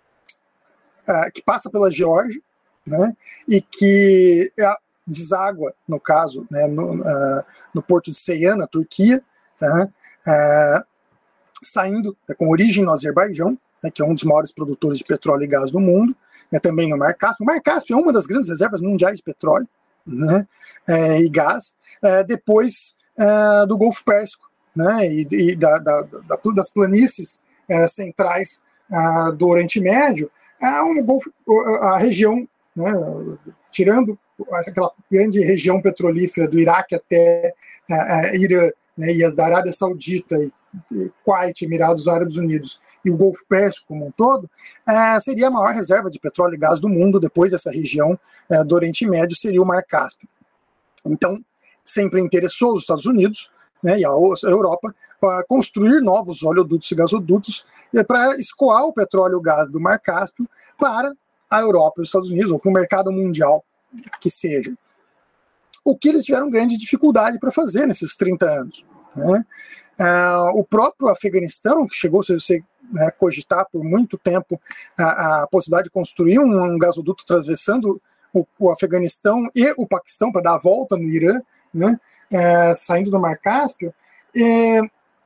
S2: uh, que passa pela Geórgia, né, e que deságua, no caso, né, no, uh, no porto de Ceyhan, na Turquia, tá, uh, saindo uh, com origem no Azerbaijão, né, que é um dos maiores produtores de petróleo e gás do mundo, né, também no Mar Cáspio. O Mar Cáspio é uma das grandes reservas mundiais de petróleo, né, é, e gás, é, depois é, do Golfo Pérsico, né, e, e da, da, da, das planícies é, centrais é, do Oriente Médio, é um Golfo, a região, né, tirando aquela grande região petrolífera do Iraque até é, é, Irã, né, e as da Arábia Saudita e Kuwait, Emirados Árabes Unidos e o Golfo Pérsico como um todo, é, seria a maior reserva de petróleo e gás do mundo. Depois dessa região é, do Oriente Médio seria o Mar Cáspio. Então, sempre interessou os Estados Unidos, né, e a Europa a construir novos oleodutos e gasodutos para escoar o petróleo e o gás do Mar Cáspio para a Europa e os Estados Unidos, ou para o mercado mundial que seja. O que eles tiveram grande dificuldade para fazer nesses trinta anos. Né? Uh, o próprio Afeganistão, que chegou a ser, né, cogitar por muito tempo a, a possibilidade de construir um, um gasoduto atravessando o, o Afeganistão e o Paquistão para dar a volta no Irã, né, uh, saindo do Mar Cáspio, uh,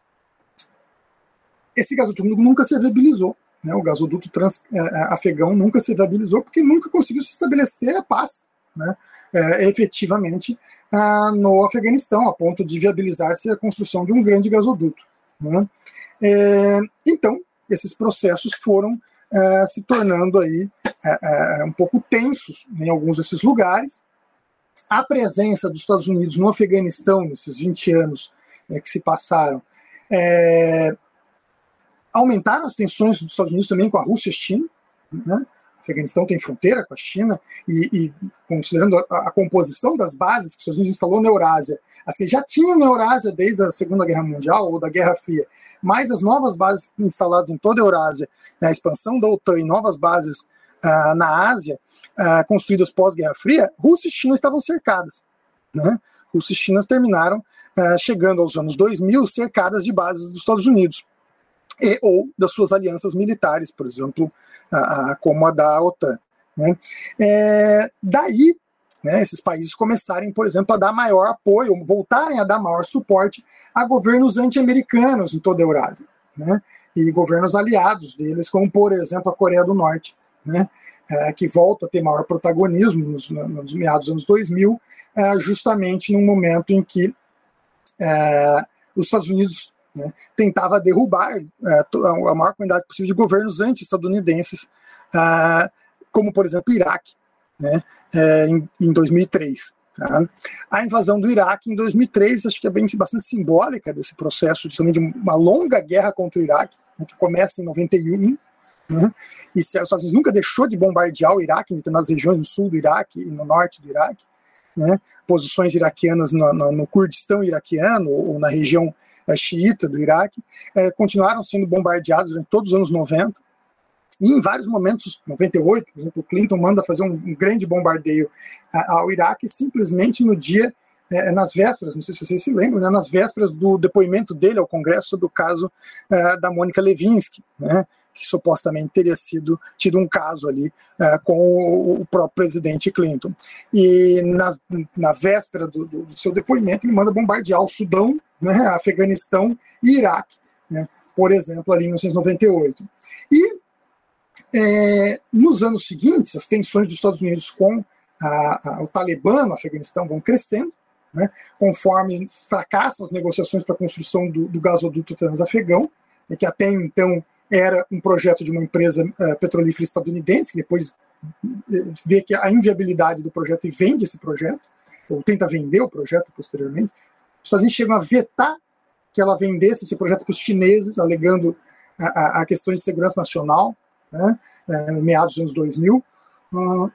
S2: esse gasoduto nunca se viabilizou. Né, o gasoduto trans, uh, afegão nunca se viabilizou porque nunca conseguiu se estabelecer a paz, né, é, efetivamente ah, no Afeganistão, a ponto de viabilizar-se a construção de um grande gasoduto. Né? É, então, esses processos foram ah, se tornando aí, ah, ah, um pouco tensos em alguns desses lugares. A presença dos Estados Unidos no Afeganistão, nesses vinte anos né, que se passaram, é, aumentaram as tensões dos Estados Unidos também com a Rússia e a China. né? O Afeganistão tem fronteira com a China, e, e considerando a, a composição das bases que os Estados Unidos instalou na Eurásia, as que já tinham na Eurásia desde a Segunda Guerra Mundial ou da Guerra Fria, mais as novas bases instaladas em toda a Eurásia, né, a expansão da OTAN e novas bases uh, na Ásia, uh, construídas pós-Guerra Fria, Rússia e China estavam cercadas, né? Rússia e China terminaram uh, chegando aos anos dois mil cercadas de bases dos Estados Unidos, e, ou das suas alianças militares, por exemplo, uh, uh, como a da OTAN, né? É, daí, né, esses países começarem, por exemplo, a dar maior apoio, voltarem a dar maior suporte a governos anti-americanos em toda a Eurásia, né, e governos aliados deles, como, por exemplo, a Coreia do Norte, né, é, que volta a ter maior protagonismo nos, nos meados dos anos dois mil, é, justamente num momento em que é, os Estados Unidos, né, tentava derrubar é, a maior quantidade possível de governos anti-estadunidenses, é, como, por exemplo, o Iraque, né, é, em, em dois mil e três. Tá? A invasão do Iraque em dois mil e três acho que é bem, bastante simbólica desse processo de, também de uma longa guerra contra o Iraque, né, que começa em noventa e um, né, e os Estados Unidos nunca deixou de bombardear o Iraque em determinadas regiões no sul do Iraque e no norte do Iraque, né, posições iraquianas no, no, no Kurdistão iraquiano ou na região é, xiita do Iraque, é, continuaram sendo bombardeados durante todos os anos noventa. E em vários momentos, noventa e oito, por exemplo, o Clinton manda fazer um, um grande bombardeio uh, ao Iraque, simplesmente no dia, uh, nas vésperas, não sei se vocês se lembram, né, nas vésperas do depoimento dele ao Congresso sobre o caso uh, da Mônica Lewinsky, né, que supostamente teria sido, tido um caso ali uh, com o, o próprio presidente Clinton. E na, na véspera do, do, do seu depoimento, ele manda bombardear o Sudão, né, Afeganistão e Iraque, né, por exemplo, ali em mil novecentos e noventa e oito. E É, nos anos seguintes, as tensões dos Estados Unidos com a, a, o Talibã no Afeganistão vão crescendo, né, conforme fracassam as negociações para a construção do, do gasoduto transafegão, né, que até então era um projeto de uma empresa uh, petrolífera estadunidense, que depois uh, vê que a inviabilidade do projeto e vende esse projeto, ou tenta vender o projeto posteriormente. Os Estados Unidos chegam a vetar que ela vendesse esse projeto para os chineses, alegando a, a, a questões de segurança nacional, né, é, meados dos anos dois mil, uh,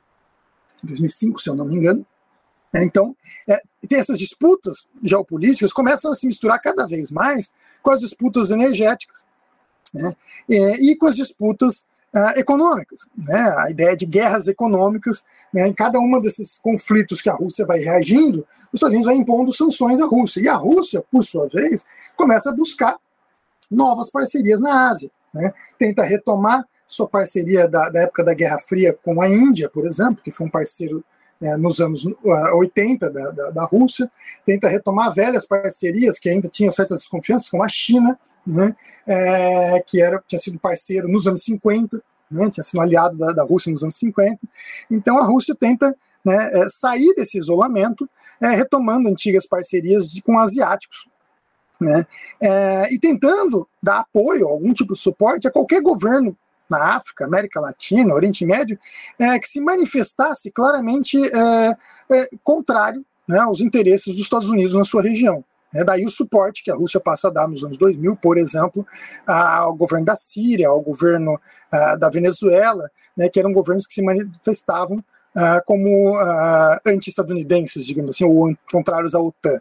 S2: dois mil e cinco, se eu não me engano. É, então, é, tem essas disputas geopolíticas começam a se misturar cada vez mais com as disputas energéticas, né, é, e com as disputas uh, econômicas, né, a ideia de guerras econômicas, né, em cada um desses conflitos que a Rússia vai reagindo, os Estados Unidos vai impondo sanções à Rússia, e a Rússia, por sua vez, começa a buscar novas parcerias na Ásia, né, tenta retomar sua parceria da, da época da Guerra Fria com a Índia, por exemplo, que foi um parceiro né, nos anos uh, oitenta da, da, da Rússia, tenta retomar velhas parcerias que ainda tinham certas desconfianças, como a China, né, é, que era, tinha sido parceiro nos anos cinquenta, né, tinha sido aliado da, da Rússia nos anos cinquenta. Então a Rússia tenta, né, é, sair desse isolamento, é, retomando antigas parcerias de, com asiáticos, né, é, e tentando dar apoio, algum tipo de suporte a qualquer governo na África, América Latina, Oriente Médio, é, que se manifestasse claramente é, é, contrário, né, aos interesses dos Estados Unidos na sua região. É daí o suporte que a Rússia passa a dar nos anos dois mil, por exemplo, ao governo da Síria, ao governo uh, da Venezuela, né, que eram governos que se manifestavam uh, como uh, anti-estadunidenses, digamos assim, ou contrários à OTAN.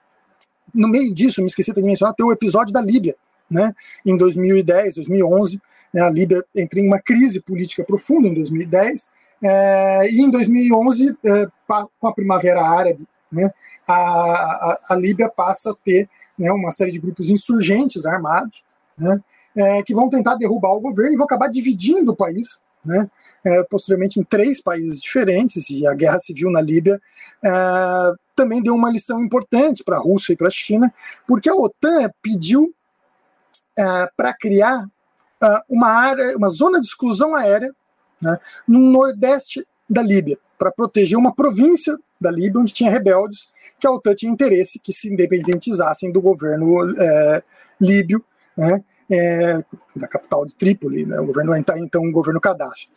S2: No meio disso, me esqueci de mencionar, tem o episódio da Líbia, né, em dois mil e dez, dois mil e onze, né, a Líbia entra em uma crise política profunda em dois mil e dez, é, e em dois mil e onze, é, com a Primavera Árabe, né, a, a, a Líbia passa a ter, né, uma série de grupos insurgentes armados, né, é, que vão tentar derrubar o governo e vão acabar dividindo o país, né, é, posteriormente em três países diferentes, e a guerra civil na Líbia é, também deu uma lição importante para a Rússia e para a China, porque a OTAN pediu Uh, para criar uh, uma área, uma zona de exclusão aérea, né, no nordeste da Líbia, para proteger uma província da Líbia onde tinha rebeldes que a OTAN tinha interesse que se independentizassem do governo é, líbio, né, é, da capital de Trípoli, né, o governo então o governo Gaddafi.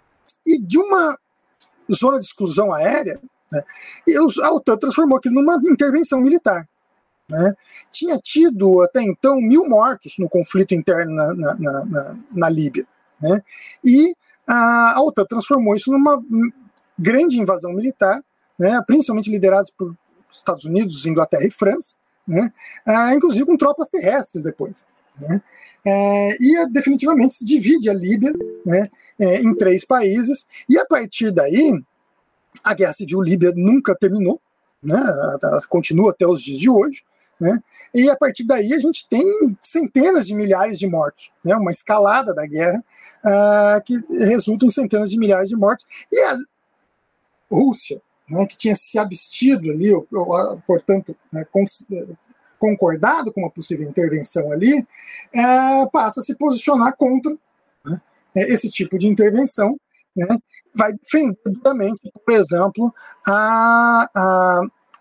S2: E de uma zona de exclusão aérea, né, a OTAN transformou aquilo numa intervenção militar. Né? Tinha tido até então mil mortos no conflito interno na, na, na, na Líbia. né? E a, a OTAN transformou isso numa grande invasão militar, né? Principalmente liderados por Estados Unidos, Inglaterra e França, né? Ah, inclusive com tropas terrestres depois, né? É, e definitivamente se divide a Líbia, né, é, em três países, e a partir daí a guerra civil líbia nunca terminou, né, ela continua até os dias de hoje, né, e a partir daí a gente tem centenas de milhares de mortos, né, uma escalada da guerra uh, que resulta em centenas de milhares de mortos, e a Rússia, né, que tinha se abstido ali, ou, ou, portanto, né, cons- concordado com uma possível intervenção ali, é, passa a se posicionar contra, né, esse tipo de intervenção, né, vai defender duramente, por exemplo, a, a,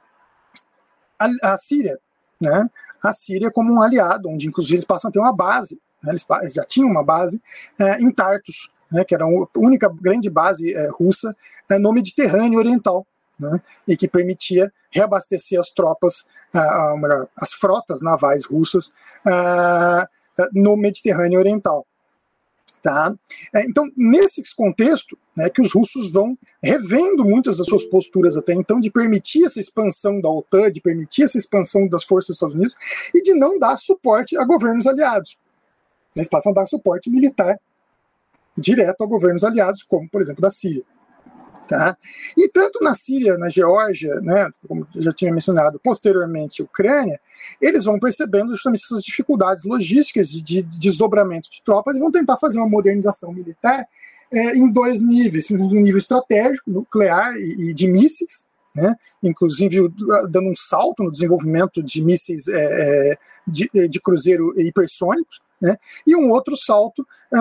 S2: a, a Síria, né, a Síria como um aliado, onde inclusive eles passam a ter uma base, né, eles, eles já tinham uma base é, em Tartus, né, que era a única grande base é, russa é, no Mediterrâneo Oriental, né, e que permitia reabastecer as tropas, uh, uh, melhor, as frotas navais russas uh, uh, no Mediterrâneo Oriental. Tá? Então, nesse contexto, né, que os russos vão revendo muitas das suas posturas até então de permitir essa expansão da OTAN, de permitir essa expansão das forças dos Estados Unidos e de não dar suporte a governos aliados. Eles passam a dar suporte militar direto a governos aliados, como, por exemplo, da Síria. Tá? E tanto na Síria, na Geórgia, né, como eu já tinha mencionado, posteriormente Ucrânia, eles vão percebendo justamente essas dificuldades logísticas de, de desdobramento de tropas e vão tentar fazer uma modernização militar é, em dois níveis, no nível estratégico, nuclear e, e de mísseis, né, inclusive dando um salto no desenvolvimento de mísseis é, de, de cruzeiro hipersônicos, né, e um outro salto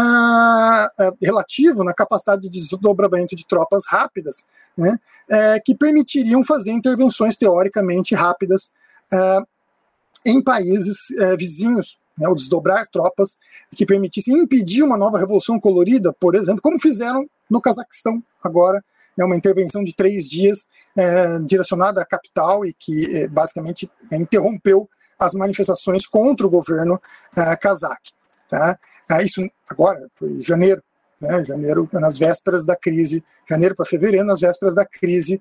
S2: uh, uh, relativo na capacidade de desdobramento de tropas rápidas, né, uh, que permitiriam fazer intervenções teoricamente rápidas uh, em países uh, vizinhos, né, ou desdobrar tropas que permitissem impedir uma nova revolução colorida, por exemplo, como fizeram no Cazaquistão agora, né, uma intervenção de três dias uh, direcionada à capital e que uh, basicamente uh, interrompeu as manifestações contra o governo uh, cazaque. Tá? Uh, isso agora, foi em janeiro, né, janeiro nas vésperas da crise, janeiro para fevereiro, nas vésperas da crise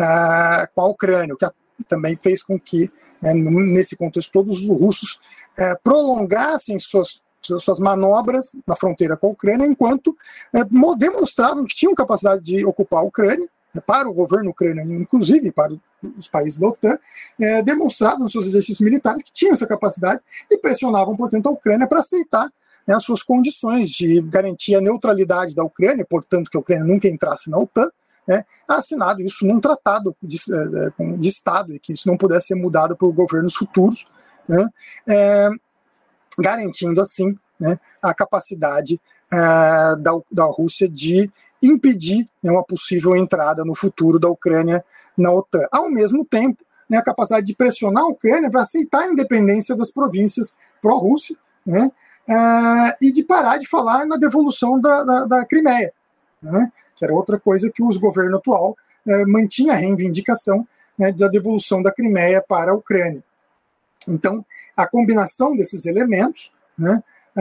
S2: uh, com a Ucrânia, o que a, também fez com que, né, nesse contexto, todos os russos uh, prolongassem suas, suas manobras na fronteira com a Ucrânia, enquanto uh, demonstravam que tinham capacidade de ocupar a Ucrânia, para o governo ucraniano, inclusive para os países da OTAN, eh, demonstravam nos seus exercícios militares que tinham essa capacidade e pressionavam, portanto, a Ucrânia para aceitar, né, as suas condições de garantir a neutralidade da Ucrânia, portanto, que a Ucrânia nunca entrasse na OTAN, né, assinado isso num tratado de, de Estado e que isso não pudesse ser mudado por governos futuros, né, eh, garantindo, assim, né, a capacidade uh, da, da Rússia de impedir, né, uma possível entrada no futuro da Ucrânia na OTAN. Ao mesmo tempo, né, a capacidade de pressionar a Ucrânia para aceitar a independência das províncias pró-Rússia, né, uh, e de parar de falar na devolução da, da, da Crimeia, né, que era outra coisa que os governo atual uh, mantinha a reivindicação, né, da devolução da Crimeia para a Ucrânia. Então, a combinação desses elementos, né,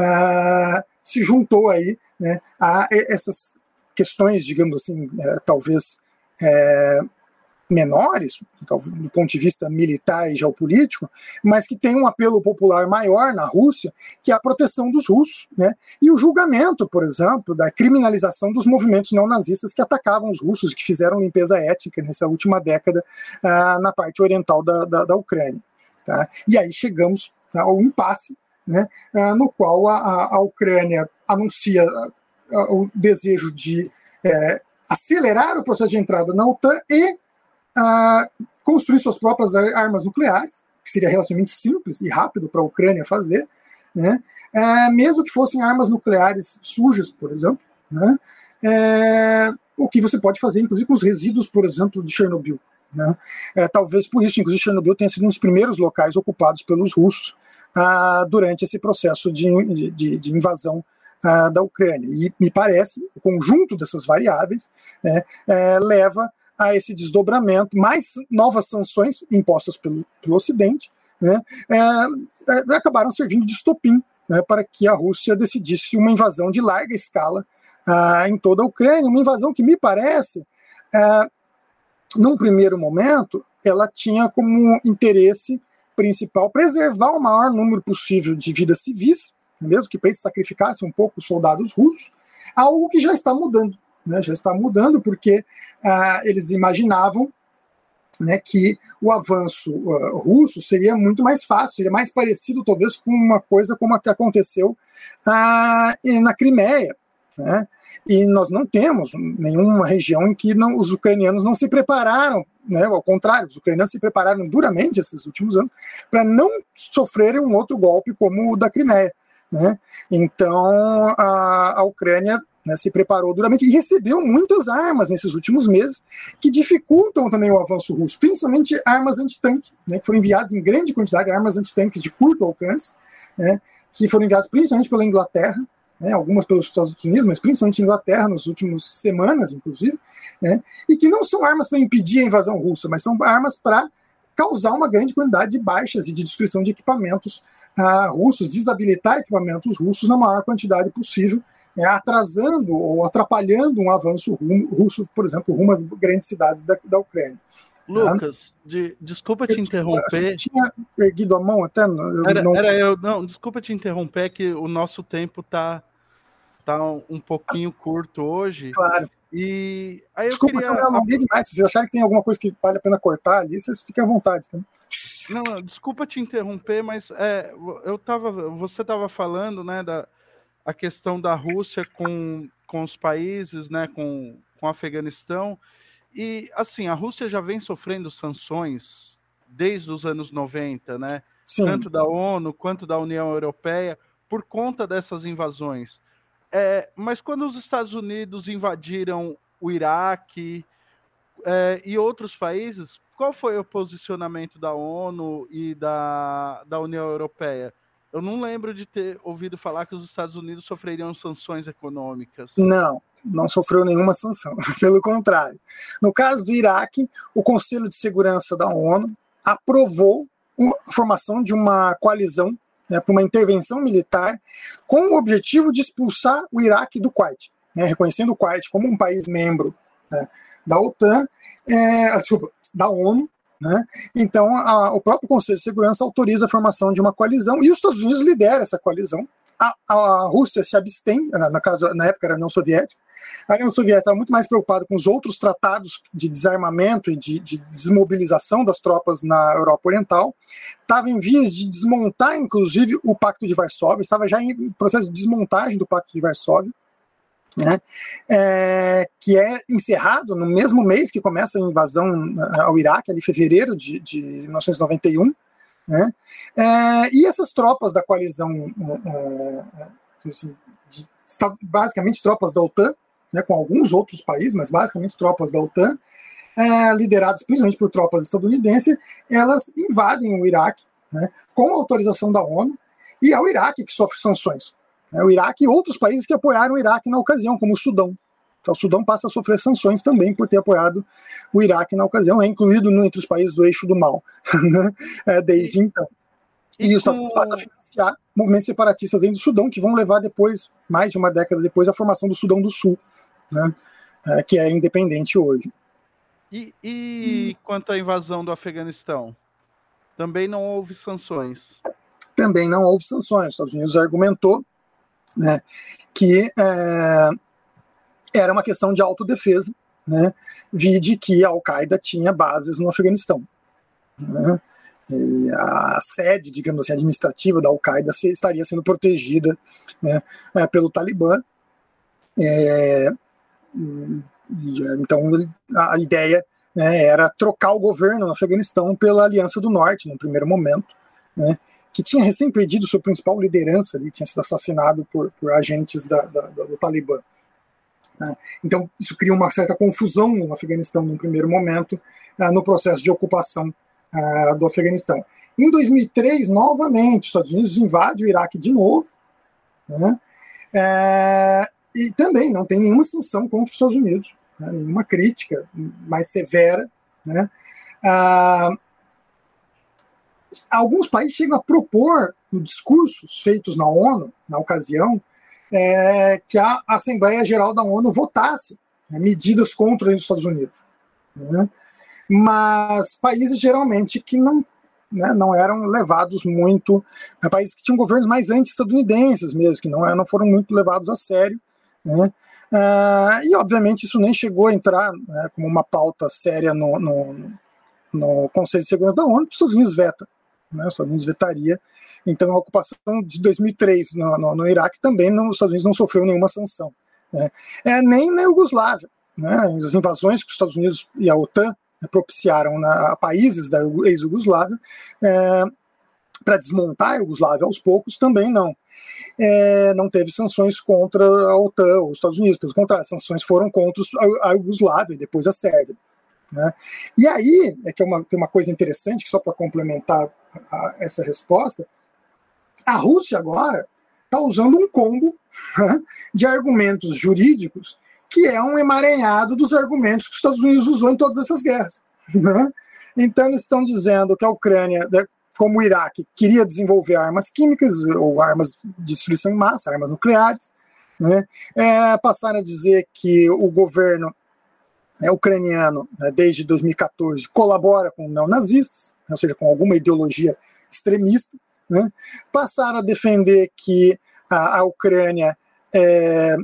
S2: uh, se juntou aí, né, a essas questões, digamos assim, uh, talvez uh, menores, do ponto de vista militar e geopolítico, mas que tem um apelo popular maior na Rússia, que é a proteção dos russos, né, e o julgamento, por exemplo, da criminalização dos movimentos neonazistas que atacavam os russos, que fizeram limpeza étnica nessa última década uh, na parte oriental da, da, da Ucrânia. Tá? E aí chegamos ao impasse, né, no qual a, a Ucrânia anuncia o desejo de é, acelerar o processo de entrada na OTAN e a, construir suas próprias armas nucleares, que seria relativamente simples e rápido para a Ucrânia fazer, né, é, mesmo que fossem armas nucleares sujas, por exemplo, né, é, o que você pode fazer, inclusive, com os resíduos, por exemplo, de Chernobyl. Né? É, talvez por isso, inclusive, Chernobyl tenha sido um dos primeiros locais ocupados pelos russos ah, durante esse processo de, de, de invasão ah, da Ucrânia. E me parece, o conjunto dessas variáveis, né, é, leva a esse desdobramento, mais novas sanções impostas pelo, pelo Ocidente, né, é, é, acabaram servindo de estopim né, para que a Rússia decidisse uma invasão de larga escala uh, em toda a Ucrânia, uma invasão que me parece, uh, num primeiro momento, ela tinha como interesse principal preservar o maior número possível de vidas civis, mesmo que para isso sacrificasse um pouco os soldados russos, algo que já está mudando, né, já está mudando porque uh, eles imaginavam, né, que o avanço uh, russo seria muito mais fácil, seria mais parecido talvez com uma coisa como a que aconteceu uh, na Crimeia, né? E nós não temos nenhuma região em que não, os ucranianos não se prepararam, né, ao contrário, os ucranianos se prepararam duramente esses últimos anos para não sofrerem um outro golpe como o da Crimeia, né? Então a, a Ucrânia, né, se preparou duramente e recebeu muitas armas nesses últimos meses que dificultam também o avanço russo, principalmente armas antitanque, né, que foram enviadas em grande quantidade, armas antitanques de curto alcance, né, que foram enviadas principalmente pela Inglaterra, né, algumas pelos Estados Unidos, mas principalmente Inglaterra nas últimas semanas, inclusive, né, e que não são armas para impedir a invasão russa, mas são armas para causar uma grande quantidade de baixas e de destruição de equipamentos uh, russos, desabilitar equipamentos russos na maior quantidade possível, né, atrasando ou atrapalhando um avanço russo, por exemplo, rumo às grandes cidades da, da Ucrânia.
S3: Lucas, ah, de, desculpa te interromper.
S2: Eu tinha erguido a mão até. Eu
S3: era,
S2: não...
S3: era eu, não, desculpa te interromper, que o nosso tempo tá, tá um pouquinho curto hoje.
S2: Claro.
S3: E aí eu
S2: desculpa
S3: queria...
S2: se eu me alonguei demais. Se vocês acharem que tem alguma coisa que vale a pena cortar ali, vocês fiquem à vontade. Tá?
S3: Não, não, desculpa te interromper, mas é, eu tava, você estava falando, né, da a questão da Rússia com, com os países, né, com, com o Afeganistão. E, assim, a Rússia já vem sofrendo sanções desde os anos noventa, né?
S2: Sim.
S3: Tanto da ONU quanto da União Europeia, por conta dessas invasões. É, mas quando os Estados Unidos invadiram o Iraque é, e outros países, qual foi o posicionamento da ONU e da, da União Europeia? Eu não lembro de ter ouvido falar que os Estados Unidos sofreriam sanções econômicas.
S2: Não, não sofreu nenhuma sanção, pelo contrário. No caso do Iraque, o Conselho de Segurança da ONU aprovou a formação de uma coalizão, né, para uma intervenção militar com o objetivo de expulsar o Iraque do Kuwait, né, reconhecendo o Kuwait como um país membro, né, da OTAN, é, desculpa, da ONU. Né? Então, a, o próprio Conselho de Segurança autoriza a formação de uma coalizão e os Estados Unidos lideram essa coalizão. A, a Rússia se abstém, na, na, caso, na época era a União Soviética. A União Soviética estava muito mais preocupada com os outros tratados de desarmamento e de, de desmobilização das tropas na Europa Oriental. Estava em vias de desmontar, inclusive, o Pacto de Varsóvia, estava já em processo de desmontagem do Pacto de Varsóvia. Né, é, que é encerrado no mesmo mês que começa a invasão ao Iraque, ali em fevereiro de, de mil novecentos e noventa e um. Né, é, e essas tropas da coalizão, é, assim, de, basicamente tropas da OTAN, né, com alguns outros países, mas basicamente tropas da OTAN, é, lideradas principalmente por tropas estadunidenses, elas invadem o Iraque, né, com a autorização da ONU, e é o Iraque que sofre sanções. O Iraque e outros países que apoiaram o Iraque na ocasião, como o Sudão. Então, o Sudão passa a sofrer sanções também por ter apoiado o Iraque na ocasião, é incluído no, entre os países do eixo do mal, né, desde então. E, e os Estados Unidos passam a financiar movimentos separatistas dentro do Sudão, que vão levar depois, mais de uma década depois, a formação do Sudão do Sul, né, é, que é independente hoje.
S3: E, e hum. quanto à invasão do Afeganistão? Também não houve sanções?
S2: Também não houve sanções. Os Estados Unidos argumentou, né, que é, era uma questão de autodefesa, né, vide que a Al-Qaeda tinha bases no Afeganistão. Né, e a sede, digamos assim, administrativa da Al-Qaeda estaria sendo protegida, né, é, pelo Talibã. É, e, então a ideia, né, era trocar o governo no Afeganistão pela Aliança do Norte, no primeiro momento, né, que tinha recém perdido sua principal liderança, ali, tinha sido assassinado por, por agentes da, da, do Talibã. Né? Então, isso cria uma certa confusão no Afeganistão, num primeiro momento, uh, no processo de ocupação uh, do Afeganistão. Em dois mil e três, novamente, os Estados Unidos invadem o Iraque de novo, né? uh, e também não tem nenhuma sanção contra os Estados Unidos, né? Nenhuma crítica mais severa, né? Uh, alguns países chegam a propor discursos feitos na ONU, na ocasião, é, que a Assembleia Geral da ONU votasse, né, medidas contra os Estados Unidos. Né? Mas países geralmente que não, né, não eram levados muito, é, países que tinham governos mais anti-estadunidenses mesmo, que não, não foram muito levados a sério, né? Uh, e obviamente isso nem chegou a entrar, né, como uma pauta séria no, no, no Conselho de Segurança da ONU, porque os Estados Unidos veta, né, os Estados Unidos vetaria. Então a ocupação de dois mil e três no, no, no Iraque também não, os Estados Unidos não sofreu nenhuma sanção, né? É, nem na Iugoslávia, né, as invasões que os Estados Unidos e a OTAN, né, propiciaram na, a países da ex-Iugoslávia, é, para desmontar a Iugoslávia aos poucos, também não. É, não teve sanções contra a OTAN ou os Estados Unidos, pelo contrário, as sanções foram contra a Iugoslávia e depois a Sérvia. Né? E aí, é que é uma, tem uma coisa interessante, que só para complementar a, essa resposta, a Rússia agora está usando um combo, né, de argumentos jurídicos que é um emaranhado dos argumentos que os Estados Unidos usou em todas essas guerras. Né? Então eles estão dizendo que a Ucrânia, como o Iraque, queria desenvolver armas químicas ou armas de destruição em massa, armas nucleares, né? É, passaram a dizer que o governo é, ucraniano, né, desde dois mil e catorze, colabora com neonazistas, né, ou seja, com alguma ideologia extremista, né? Passaram a defender que a, a Ucrânia é,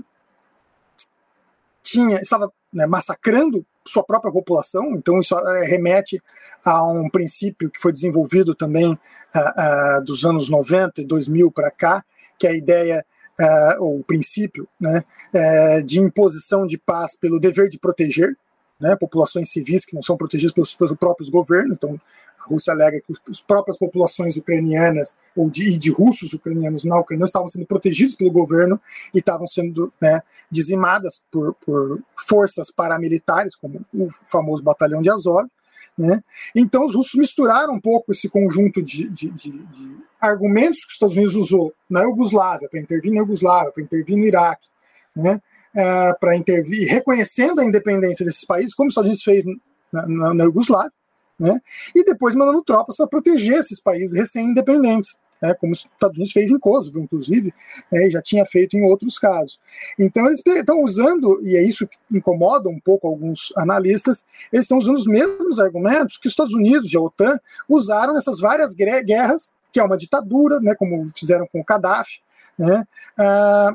S2: tinha, estava, né, massacrando sua própria população, então isso é, remete a um princípio que foi desenvolvido também uh, uh, dos anos noventa e dois mil para cá, que é a ideia, uh, ou o princípio, né, uh, de imposição de paz pelo dever de proteger, né, populações civis que não são protegidas pelos, pelos próprios governos. Então a Rússia alega que as próprias populações ucranianas ou de, de russos ucranianos na Ucrânia estavam sendo protegidos pelo governo e estavam sendo, né, dizimadas por, por forças paramilitares, como o famoso batalhão de Azov. Né? Então os russos misturaram um pouco esse conjunto de, de, de, de argumentos que os Estados Unidos usou na Iugoslávia, para intervir na Iugoslávia, para intervir no Iraque, né? Uh, para intervir, reconhecendo a independência desses países, como os Estados Unidos fez na, na, na Iugoslávia, né? E depois mandando tropas para proteger esses países recém-independentes, né? Como os Estados Unidos fez em Kosovo, inclusive, né? Já tinha feito em outros casos. Então eles estão usando, e é isso que incomoda um pouco alguns analistas, eles estão usando os mesmos argumentos que os Estados Unidos e a OTAN usaram nessas várias guerras, que é uma ditadura, né? Como fizeram com o Gaddafi, né? Uh,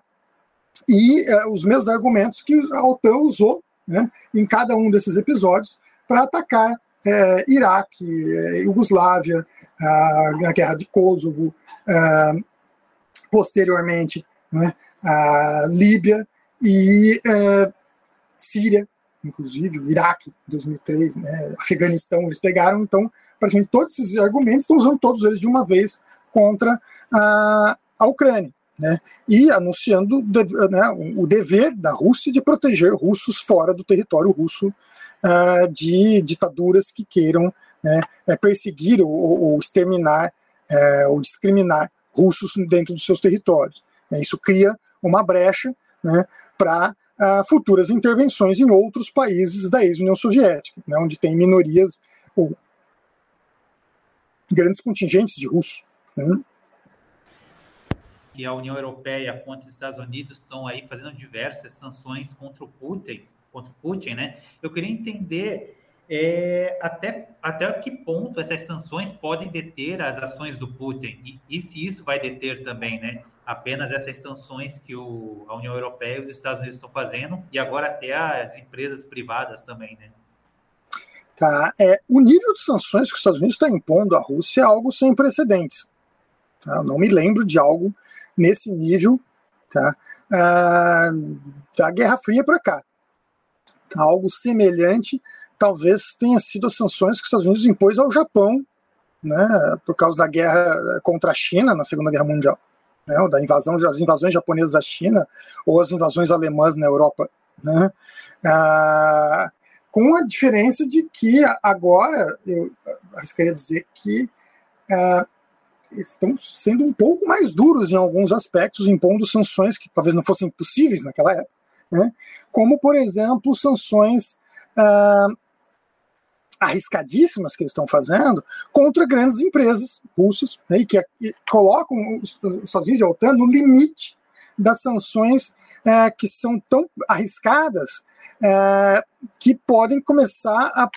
S2: e uh, os mesmos argumentos que a OTAN usou, né, em cada um desses episódios para atacar uh, Iraque, uh, Iugoslávia, uh, na guerra de Kosovo, uh, posteriormente, né, a Líbia e uh, Síria, inclusive, o Iraque, em dois mil e três, né, Afeganistão, eles pegaram, então, praticamente todos esses argumentos, estão usando todos eles de uma vez contra a, a Ucrânia. Né, e anunciando né, o dever da Rússia de proteger russos fora do território russo uh, de ditaduras que queiram, né, perseguir ou, ou exterminar uh, ou discriminar russos dentro dos seus territórios. Isso cria uma brecha, né, para uh, futuras intervenções em outros países da ex-União Soviética, né, onde tem minorias ou grandes contingentes de russos. Né.
S4: Que a União Europeia contra os Estados Unidos estão aí fazendo diversas sanções contra o Putin, contra o Putin, né? Eu queria entender é, até, até que ponto essas sanções podem deter as ações do Putin e, e se isso vai deter também, né? Apenas essas sanções que o, a União Europeia e os Estados Unidos estão fazendo e agora até as empresas privadas também, né?
S2: Tá, é, o nível de sanções que os Estados Unidos está impondo à Rússia é algo sem precedentes. Tá? Eu não me lembro de algo nesse nível, tá? Ah, da Guerra Fria para cá. Tá? Algo semelhante talvez tenha sido as sanções que os Estados Unidos impôs ao Japão, né, por causa da guerra contra a China na Segunda Guerra Mundial, né, ou da invasão, as invasões japonesas à China ou as invasões alemãs na Europa, né? Ah, com a diferença de que agora eu arriscaria dizer que ah, estão sendo um pouco mais duros em alguns aspectos, impondo sanções que talvez não fossem possíveis naquela época, né? Como, por exemplo, sanções uh, arriscadíssimas que eles estão fazendo contra grandes empresas russas, né, e que e colocam os, os Estados Unidos e a OTAN no limite das sanções é, que são tão arriscadas é, que podem começar a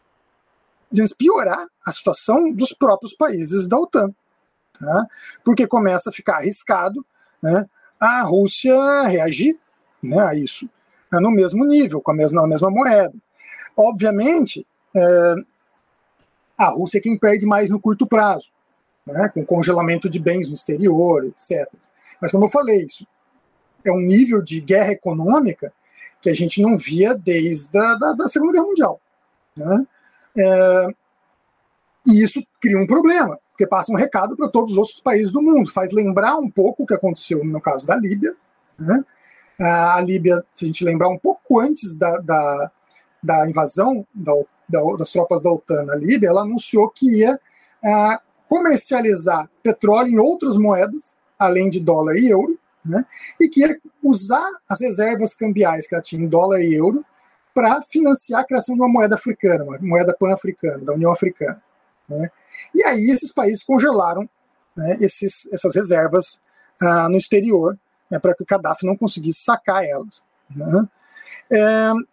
S2: piorar a situação dos próprios países da OTAN, tá? Porque começa a ficar arriscado, né, a Rússia reagir, né, a isso, né, no mesmo nível, com a mesma, a mesma moeda. Obviamente, é, a Rússia é quem perde mais no curto prazo, né, com congelamento de bens no exterior, etcétera. Mas, como eu falei, isso é um nível de guerra econômica que a gente não via desde a da, da Segunda Guerra Mundial, né? É, e isso cria um problema, porque passa um recado para todos os outros países do mundo, faz lembrar um pouco o que aconteceu no caso da Líbia, né? A Líbia, se a gente lembrar um pouco antes da, da, da invasão da, da, das tropas da OTAN na Líbia, ela anunciou que ia uh, comercializar petróleo em outras moedas, além de dólar e euro, né? E que ia usar as reservas cambiais que ela tinha em dólar e euro para financiar a criação de uma moeda africana, uma moeda pan-africana, da União Africana, né? E aí esses países congelaram, né, esses, essas reservas uh, no exterior, né, para que o Gaddafi não conseguisse sacar elas, né? É,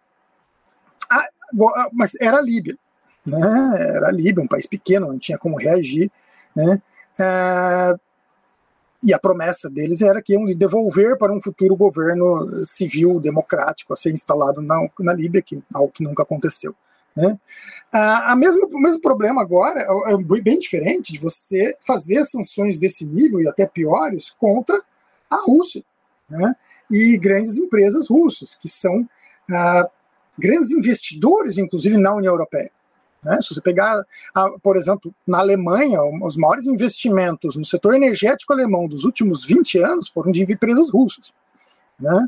S2: a, mas era a Líbia, né? Era a Líbia, um país pequeno, não tinha como reagir, né? É, e a promessa deles era que iam devolver para um futuro governo civil, democrático, a ser instalado na, na Líbia, que, algo que nunca aconteceu, né? Ah, a mesmo, o mesmo problema agora é, é bem diferente de você fazer sanções desse nível, e até piores, contra a Rússia, né? E grandes empresas russas, que são ah, grandes investidores, inclusive, na União Europeia. Né? Se você pegar, por exemplo, na Alemanha, os maiores investimentos no setor energético alemão dos últimos vinte anos foram de empresas russas, né?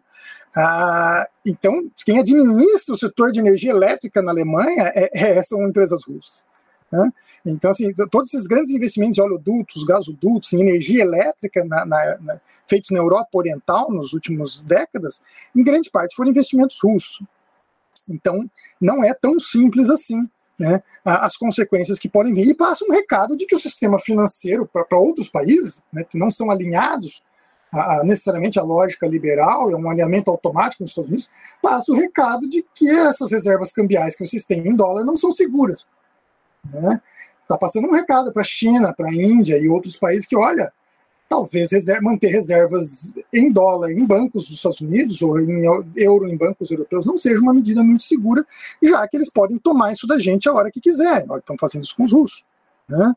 S2: Ah, então, quem administra o setor de energia elétrica na Alemanha é, é, são empresas russas, né? Então, assim, todos esses grandes investimentos de oleodutos, gasodutos, em energia elétrica na, na, na, feitos na Europa Oriental nos últimos décadas, em grande parte foram investimentos russos. Então, não é tão simples assim, né, as consequências que podem vir, e passa um recado de que o sistema financeiro para outros países, né, que não são alinhados a, a, necessariamente à lógica liberal, é um alinhamento automático nos Estados Unidos, passa o recado de que essas reservas cambiais que vocês têm em dólar não são seguras, né? Está passando um recado para a China, para a Índia e outros países que, olha, talvez reserva, manter reservas em dólar em bancos dos Estados Unidos ou em euro em bancos europeus não seja uma medida muito segura, já que eles podem tomar isso da gente a hora que quiserem. Estão fazendo isso com os russos, né?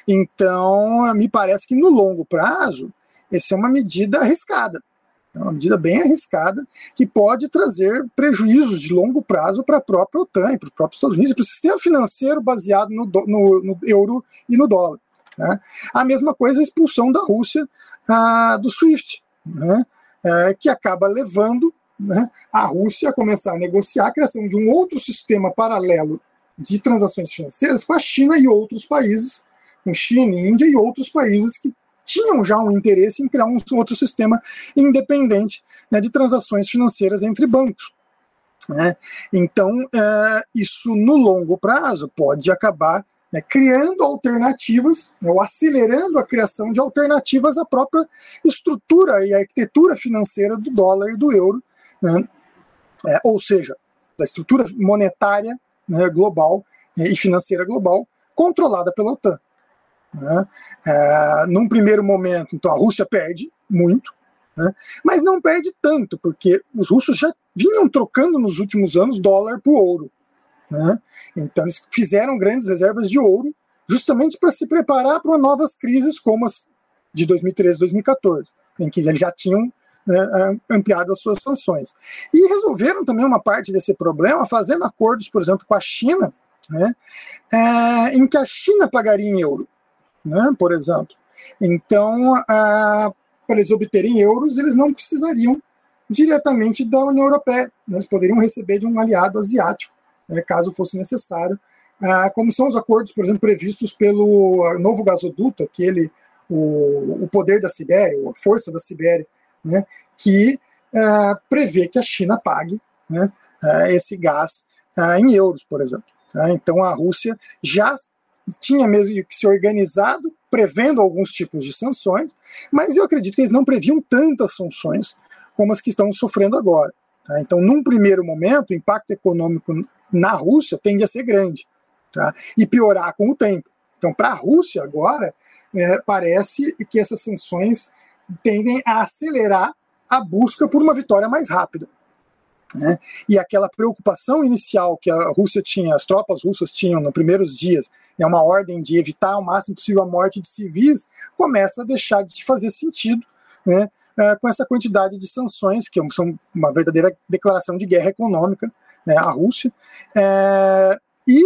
S2: Então, me parece que no longo prazo, essa é uma medida arriscada. É uma medida bem arriscada que pode trazer prejuízos de longo prazo para a própria OTAN e para os próprios Estados Unidos, para o sistema financeiro baseado no, no, no euro e no dólar. Né? A mesma coisa a expulsão da Rússia ah, do SWIFT, né? é, que acaba levando, né, a Rússia a começar a negociar a criação de um outro sistema paralelo de transações financeiras com a China e outros países, com China, Índia e outros países que tinham já um interesse em criar um outro sistema independente, né, de transações financeiras entre bancos. Né? Então, é, isso no longo prazo pode acabar, né, criando alternativas, né, ou acelerando a criação de alternativas à própria estrutura e arquitetura financeira do dólar e do euro, né, é, ou seja, da estrutura monetária, né, global, é, e financeira global, controlada pela OTAN. Né. É, num primeiro momento, então, a Rússia perde muito, né, mas não perde tanto, porque os russos já vinham trocando nos últimos anos dólar por ouro. Né? Então eles fizeram grandes reservas de ouro justamente para se preparar para novas crises como as de dois mil e treze, dois mil e quatorze, em que eles já tinham, né, ampliado as suas sanções. E resolveram também uma parte desse problema fazendo acordos, por exemplo, com a China, né, é, em que a China pagaria em euro, né, por exemplo. Então, a, para eles obterem euros, eles não precisariam diretamente da União Europeia, né, eles poderiam receber de um aliado asiático, caso fosse necessário, ah, como são os acordos, por exemplo, previstos pelo novo gasoduto, aquele, o, o poder da Sibéria, ou a força da Sibéria, né, que ah, prevê que a China pague, né, ah, esse gás ah, em euros, por exemplo. Tá? Então a Rússia já tinha mesmo que se organizado, prevendo alguns tipos de sanções, mas eu acredito que eles não previam tantas sanções como as que estão sofrendo agora. Tá? Então, num primeiro momento, o impacto econômico na Rússia tende a ser grande, tá? E piorar com o tempo. Então, para a Rússia agora, é, parece que essas sanções tendem a acelerar a busca por uma vitória mais rápida. Né? E aquela preocupação inicial que a Rússia tinha, as tropas russas tinham nos primeiros dias, é uma ordem de evitar ao máximo possível a morte de civis, começa a deixar de fazer sentido, né, com essa quantidade de sanções, que são uma verdadeira declaração de guerra econômica, né, à Rússia, é, e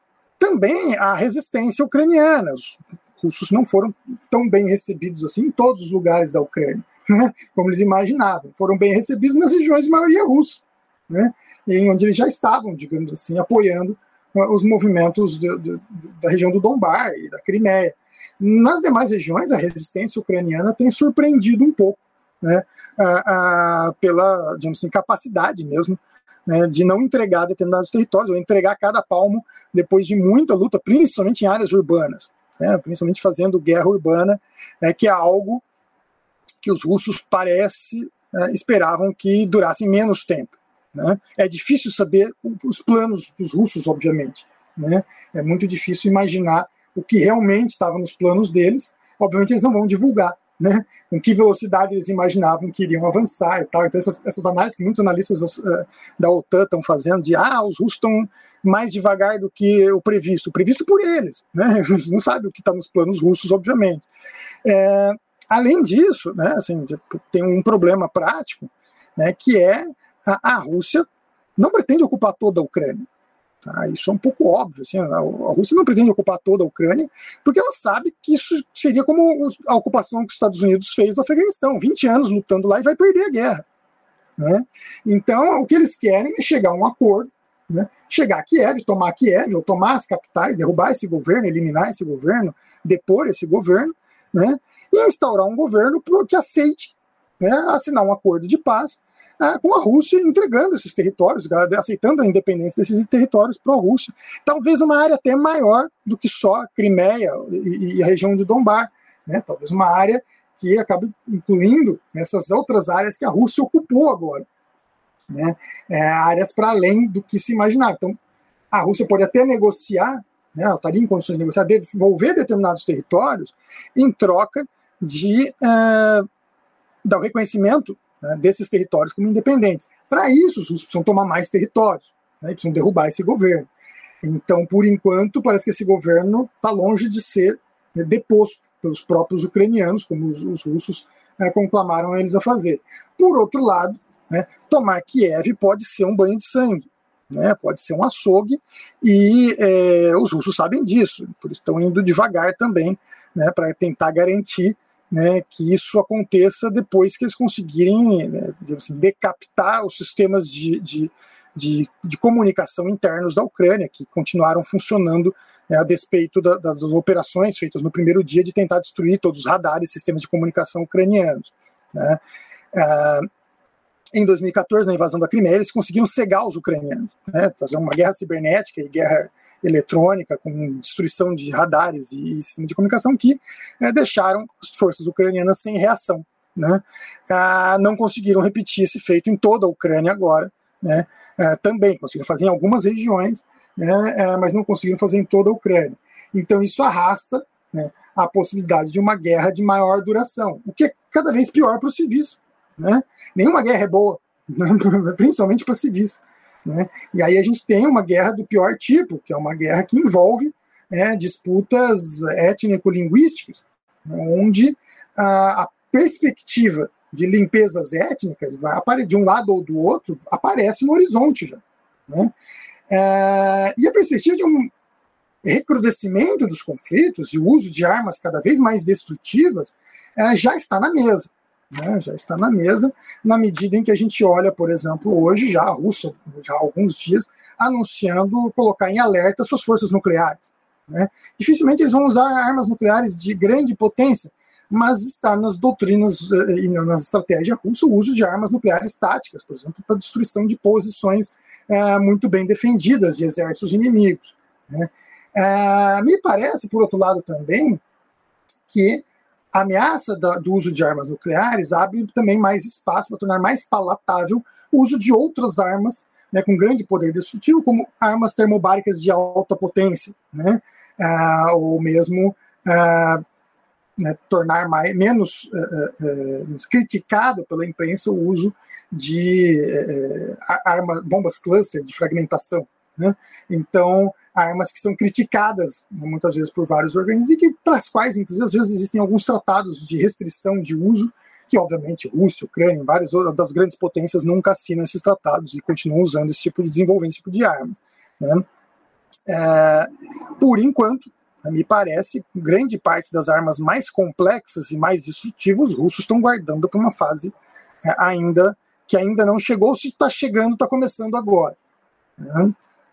S2: também a resistência ucraniana. Os russos não foram tão bem recebidos assim em todos os lugares da Ucrânia, né, como eles imaginavam, foram bem recebidos nas regiões de maioria russa, né, em onde eles já estavam, digamos assim, apoiando uh, os movimentos de, de, da região do Donbar e da Crimeia. Nas demais regiões, a resistência ucraniana tem surpreendido um pouco, né, uh, uh, pela, digamos assim, capacidade mesmo, né, de não entregar determinados territórios, ou entregar cada palmo depois de muita luta, principalmente em áreas urbanas, né, principalmente fazendo guerra urbana, é, que é algo que os russos parece uh, esperavam que durasse menos tempo. Né? É difícil saber os planos dos russos, obviamente. Né? É muito difícil imaginar o que realmente estava nos planos deles. Obviamente eles não vão divulgar, né? Com que velocidade eles imaginavam que iriam avançar e tal. Então essas, essas análises que muitos analistas uh, da OTAN estão fazendo de ah, os russos estão mais devagar do que o previsto. O previsto por eles. Né? A gente não sabe o que está nos planos russos, obviamente. É, além disso, né, assim, tem um problema prático, né, que é a Rússia não pretende ocupar toda a Ucrânia. Tá? Isso é um pouco óbvio. Assim, a Rússia não pretende ocupar toda a Ucrânia porque ela sabe que isso seria como a ocupação que os Estados Unidos fez do Afeganistão, vinte anos lutando lá e vai perder a guerra. Né? Então, o que eles querem é chegar a um acordo, né? Chegar a Kiev, tomar Kiev, ou tomar as capitais, derrubar esse governo, eliminar esse governo, depor esse governo, né? E instaurar um governo que aceite, né, assinar um acordo de paz com a Rússia, entregando esses territórios, aceitando a independência desses territórios para a Rússia. Talvez uma área até maior do que só a Crimeia e, e a região de Donbar, né? Talvez uma área que acabe incluindo essas outras áreas que a Rússia ocupou agora, né? É, áreas para além do que se imaginava. Então, a Rússia pode até negociar, né? Ela estaria em condições de negociar, devolver determinados territórios em troca de uh, dar o reconhecimento, né, desses territórios como independentes. Para isso, os russos precisam tomar mais territórios, né, precisam derrubar esse governo. Então, por enquanto, parece que esse governo está longe de ser, né, deposto pelos próprios ucranianos, como os, os russos é, conclamaram eles a fazer. Por outro lado, né, tomar Kiev pode ser um banho de sangue, né, pode ser um açougue, e é, os russos sabem disso, por isso estão indo devagar também, né, para tentar garantir, né, que isso aconteça depois que eles conseguirem, né, assim, decapitar os sistemas de, de, de, de comunicação internos da Ucrânia, que continuaram funcionando, né, a despeito da, das operações feitas no primeiro dia de tentar destruir todos os radares e sistemas de comunicação ucranianos. Né. Ah, em dois mil e quatorze, na invasão da Crimeia, eles conseguiram cegar os ucranianos, né, fazer uma guerra cibernética e guerra eletrônica, com destruição de radares e sistema de comunicação que é, deixaram as forças ucranianas sem reação. Né? Ah, não conseguiram repetir esse feito em toda a Ucrânia agora, né? Ah, também conseguiram fazer em algumas regiões, né? Ah, mas não conseguiram fazer em toda a Ucrânia. Então isso arrasta, né, a possibilidade de uma guerra de maior duração, o que é cada vez pior para os civis. Né? Nenhuma guerra é boa, né? Principalmente para civis. Né? E aí a gente tem uma guerra do pior tipo, que é uma guerra que envolve, né, disputas étnico-linguísticas, onde a, a perspectiva de limpezas étnicas vai aparecer de um lado ou do outro, aparece no horizonte já. Né? É, e a perspectiva de um recrudescimento dos conflitos e o uso de armas cada vez mais destrutivas é, já está na mesa. Né, já está na mesa, na medida em que a gente olha, por exemplo, hoje, já a Rússia, já há alguns dias, anunciando colocar em alerta suas forças nucleares. Né. Dificilmente eles vão usar armas nucleares de grande potência, mas está nas doutrinas e nas estratégias russas o uso de armas nucleares táticas, por exemplo, para destruição de posições é, muito bem defendidas de exércitos inimigos. né? É, me parece, por outro lado, também que a ameaça da, do uso de armas nucleares abre também mais espaço para tornar mais palatável o uso de outras armas, né, com grande poder destrutivo, como armas termobáricas de alta potência, né, ah, ou mesmo ah, né, tornar mais, menos ah, ah, criticado pela imprensa o uso de ah, armas, bombas cluster de fragmentação, né? Então, armas que são criticadas, né, muitas vezes por vários organismos e que, para as quais, inclusive, às vezes existem alguns tratados de restrição de uso, que, obviamente, Rússia, Ucrânia, várias das grandes potências nunca assinam esses tratados e continuam usando esse tipo de desenvolvimento, esse tipo de armas, né? É, por enquanto, me parece, grande parte das armas mais complexas e mais destrutivas, os russos estão guardando para uma fase é, ainda que ainda não chegou, se está chegando, está começando agora, né?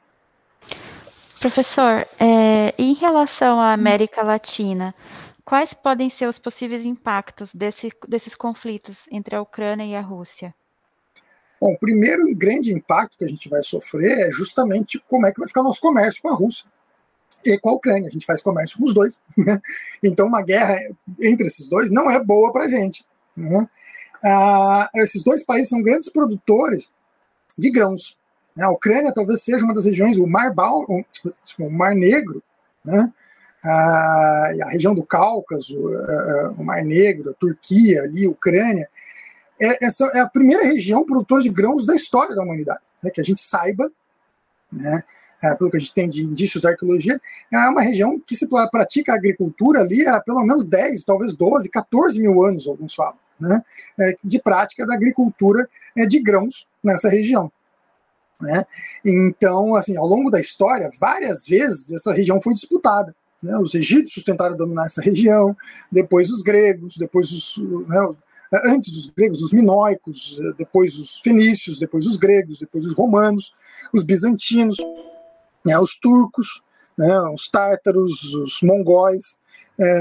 S5: Professor, é, em relação à América Latina, quais podem ser os possíveis impactos desse, desses conflitos entre a Ucrânia e a Rússia?
S2: Bom, o primeiro grande impacto que a gente vai sofrer é justamente como é que vai ficar o nosso comércio com a Rússia e com a Ucrânia. A gente faz comércio com os dois, né? Então uma guerra entre esses dois não é boa para a gente, né? Ah, esses dois países são grandes produtores de grãos. A Ucrânia talvez seja uma das regiões, o Mar, Bal, o Mar Negro, né? a, a região do Cáucaso, a, a, o Mar Negro, a Turquia, ali, a Ucrânia, é, essa é a primeira região produtora de grãos da história da humanidade, né? Que a gente saiba, né? É, pelo que a gente tem de indícios da arqueologia, é uma região que se pratica a agricultura ali há pelo menos dez, talvez doze, quatorze mil anos, alguns falam, né? É, de prática da agricultura é, de grãos nessa região. Né? Então, assim, ao longo da história, várias vezes essa região foi disputada, né? Os egípcios tentaram dominar essa região, depois os gregos, depois os, né, antes dos gregos, os minoicos, depois os fenícios, depois os gregos, depois os romanos, os bizantinos, né, os turcos, né, os tártaros, os mongóis, é,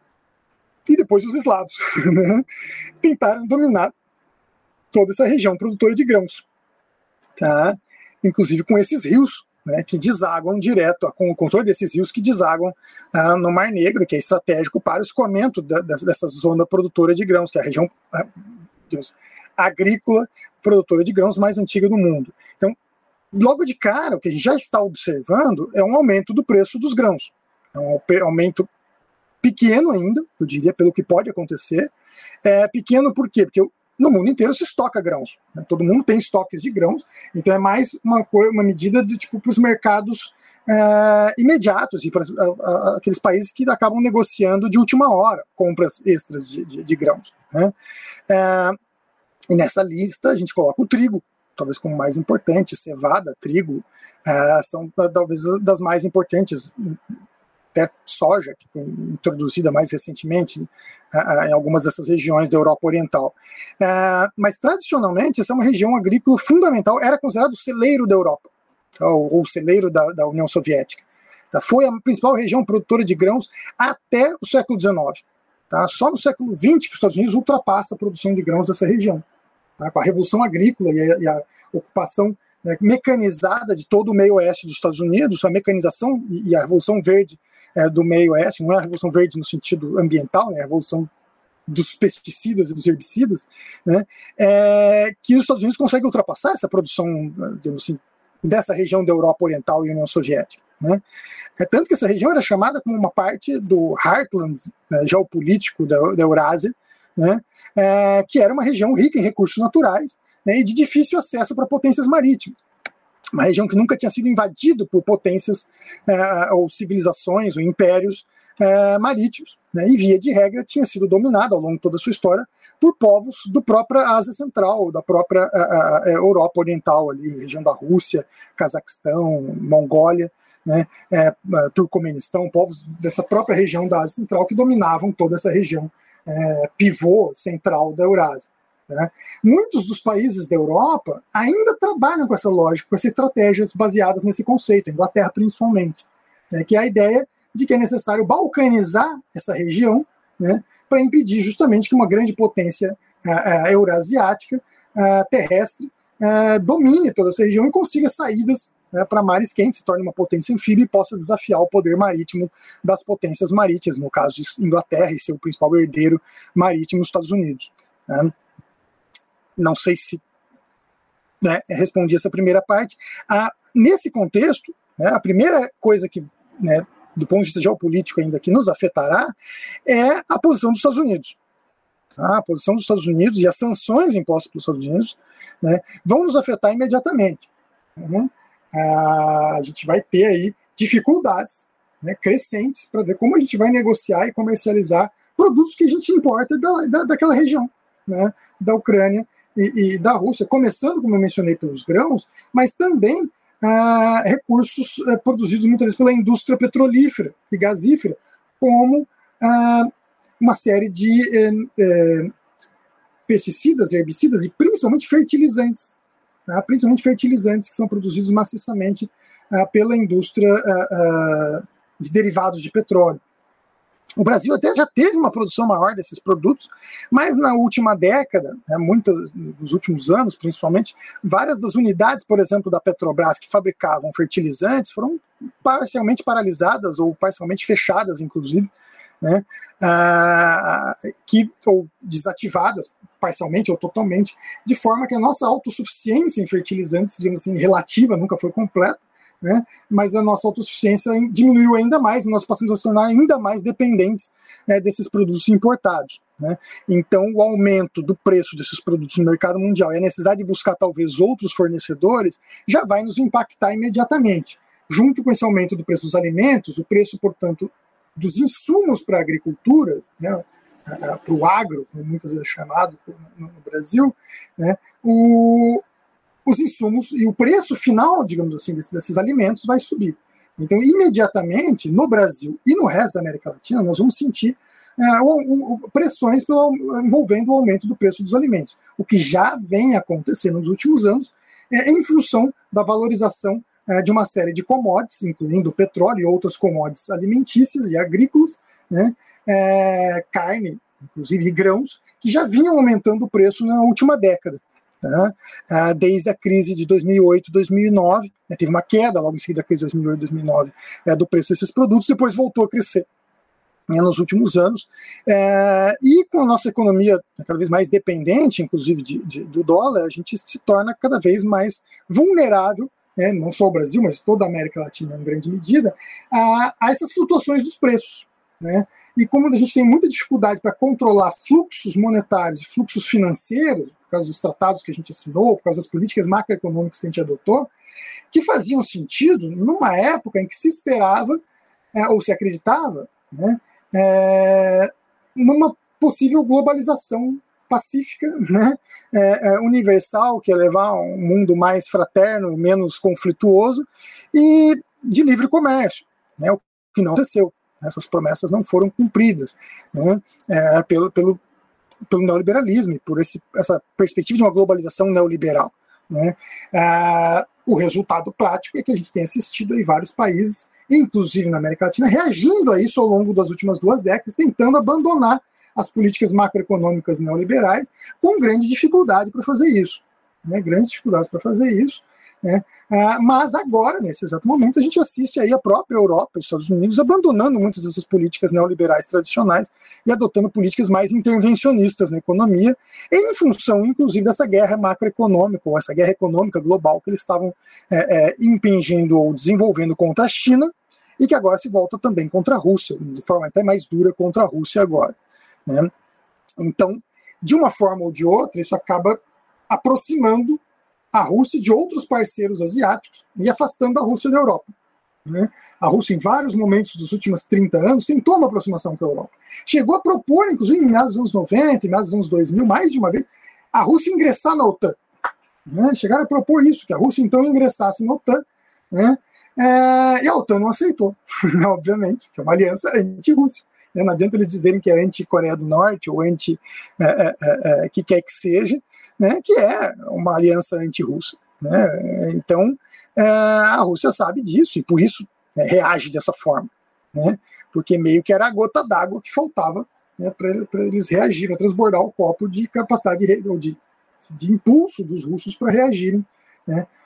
S2: e depois os eslavos, né? Tentaram dominar toda essa região produtora de grãos. Tá? Inclusive com esses rios, né, que desaguam direto, com o controle desses rios que desaguam ah, no Mar Negro, que é estratégico para o escoamento da, da, dessa zona produtora de grãos, que é a região ah, digamos, agrícola produtora de grãos mais antiga do mundo. Então, logo de cara, o que a gente já está observando é um aumento do preço dos grãos. É um aumento pequeno ainda, eu diria, pelo que pode acontecer. É pequeno por quê? Porque no mundo inteiro se estoca grãos, né? Todo mundo tem estoques de grãos, então é mais uma, uma medida de, tipo, para os mercados é, imediatos e para aqueles países que acabam negociando de última hora compras extras de, de, de grãos, né? É, e nessa lista a gente coloca o trigo, talvez como mais importante, cevada, trigo, é, são talvez das mais importantes. Até soja, que foi introduzida mais recentemente uh, em algumas dessas regiões da Europa Oriental. Uh, mas, tradicionalmente, essa é uma região agrícola fundamental, era considerado o celeiro da Europa, tá? ou o celeiro da, da União Soviética. Tá? Foi a principal região produtora de grãos até o século dezenove. Tá? Só no século vinte que os Estados Unidos ultrapassa a produção de grãos dessa região. Tá? Com a Revolução Agrícola e a, e a ocupação, né, mecanizada de todo o meio oeste dos Estados Unidos, a mecanização e, e a Revolução Verde é, do meio oeste, não é a Revolução Verde no sentido ambiental, né, a Revolução dos pesticidas e dos herbicidas, né, é, que os Estados Unidos conseguem ultrapassar essa produção, digamos assim, dessa região da Europa Oriental e União Soviética. Né. É tanto que essa região era chamada como uma parte do heartland, né, geopolítico da, da Eurásia, né, é, que era uma região rica em recursos naturais, né, e de difícil acesso para potências marítimas. Uma região que nunca tinha sido invadida por potências é, ou civilizações ou impérios é, marítimos, né, e via de regra tinha sido dominada ao longo de toda a sua história por povos do própria Ásia Central, da própria a, a, a Europa Oriental, ali, região da Rússia, Cazaquistão, Mongólia, né, é, Turcomenistão, povos dessa própria região da Ásia Central que dominavam toda essa região é, pivô central da Eurásia. Né? Muitos dos países da Europa ainda trabalham com essa lógica, com essas estratégias baseadas nesse conceito, a Inglaterra principalmente, né, que é a ideia de que é necessário balcanizar essa região, né, para impedir justamente que uma grande potência uh, uh, eurasiática, uh, terrestre, uh, domine toda essa região e consiga saídas né, para mares quentes, se torne uma potência anfíbia e possa desafiar o poder marítimo das potências marítimas, no caso de Inglaterra e seu principal herdeiro marítimo, os Estados Unidos. Né? Não sei se, né, respondi essa primeira parte. Ah, nesse contexto, né, a primeira coisa que, né, do ponto de vista geopolítico ainda, que nos afetará é a posição dos Estados Unidos. A posição dos Estados Unidos e as sanções impostas pelos Estados Unidos, né, vão nos afetar imediatamente. Né? A gente vai ter aí dificuldades, né, crescentes para ver como a gente vai negociar e comercializar produtos que a gente importa da, da, daquela região, né, da Ucrânia e, e da Rússia, começando, como eu mencionei, pelos grãos, mas também ah, recursos ah, produzidos muitas vezes pela indústria petrolífera e gasífera, como ah, uma série de eh, eh, pesticidas, herbicidas e principalmente fertilizantes, tá? Principalmente fertilizantes que são produzidos maciçamente ah, pela indústria ah, ah, de derivados de petróleo. O Brasil até já teve uma produção maior desses produtos, mas na última década, né, muito, nos últimos anos principalmente, várias das unidades, por exemplo, da Petrobras que fabricavam fertilizantes foram parcialmente paralisadas ou parcialmente fechadas, inclusive, né, ah, que, ou desativadas parcialmente ou totalmente, de forma que a nossa autossuficiência em fertilizantes, digamos assim, relativa, nunca foi completa, né, mas a nossa autossuficiência diminuiu ainda mais e nós passamos a se tornar ainda mais dependentes, né, desses produtos importados. Né. Então, o aumento do preço desses produtos no mercado mundial e a necessidade de buscar talvez outros fornecedores já vai nos impactar imediatamente. Junto com esse aumento do preço dos alimentos, o preço, portanto, dos insumos para a agricultura, né, para o agro, como muitas vezes é chamado no Brasil, né, o, os insumos e o preço final, digamos assim, desses, desses alimentos vai subir. Então, imediatamente, no Brasil e no resto da América Latina, nós vamos sentir é, o, o, pressões pelo, envolvendo o aumento do preço dos alimentos, o que já vem acontecendo nos últimos anos, é, em função da valorização de uma série de commodities, incluindo o petróleo e outras commodities alimentícias e agrícolas, né, é, carne, inclusive, e grãos, que já vinham aumentando o preço na última década. Né, desde a crise de dois mil e oito, dois mil e nove, né, teve uma queda logo em seguida da crise de dois mil e oito, dois mil e nove, é, do preço desses produtos, depois voltou a crescer, né, nos últimos anos, é, e com a nossa economia cada vez mais dependente, inclusive de, de, do dólar, a gente se torna cada vez mais vulnerável, É, não só o Brasil, mas toda a América Latina em grande medida, a, a essas flutuações dos preços. Né? E como a gente tem muita dificuldade para controlar fluxos monetários, fluxos financeiros, por causa dos tratados que a gente assinou, por causa das políticas macroeconômicas que a gente adotou, que faziam sentido numa época em que se esperava, é, ou se acreditava, né, é, numa possível globalização pacífica, né, é, é, universal, que é levar a um mundo mais fraterno e menos conflituoso, e de livre comércio, né, o que não aconteceu. Essas promessas não foram cumpridas, né, é, pelo, pelo, pelo neoliberalismo, e por esse, essa perspectiva de uma globalização neoliberal. Né. Ah, o resultado prático é que a gente tem assistido aí vários países, inclusive na América Latina, reagindo a isso ao longo das últimas duas décadas, tentando abandonar as políticas macroeconômicas neoliberais, com grande dificuldade para fazer isso. Né, grandes dificuldades para fazer isso. Né, ah, mas agora, nesse exato momento, a gente assiste aí a própria Europa e os Estados Unidos abandonando muitas dessas políticas neoliberais tradicionais e adotando políticas mais intervencionistas na economia, em função, inclusive, dessa guerra macroeconômica, ou essa guerra econômica global que eles estavam é, é, impingindo ou desenvolvendo contra a China, e que agora se volta também contra a Rússia, de forma até mais dura contra a Rússia agora. Né? Então, de uma forma ou de outra, isso acaba aproximando a Rússia de outros parceiros asiáticos e afastando a Rússia da Europa. Né? A Rússia, em vários momentos dos últimos trinta anos, tentou uma aproximação com a Europa. Chegou a propor, inclusive em meados dos anos noventa, em meados dos anos dois mil, mais de uma vez, a Rússia ingressar na OTAN. Né? Chegaram a propor isso, que a Rússia então ingressasse na OTAN, né? É, e a OTAN não aceitou, obviamente, porque é uma aliança anti-Rússia. Não adianta eles dizerem que é anti-Coreia do Norte ou anti é, é, é, que quer que seja, né, que é uma aliança anti-russa. Né? Então, é, a Rússia sabe disso e por isso é, reage dessa forma. Né? Porque meio que era a gota d'água que faltava, né, para eles reagirem, transbordar o copo de capacidade de, de, de impulso dos russos para reagirem, né,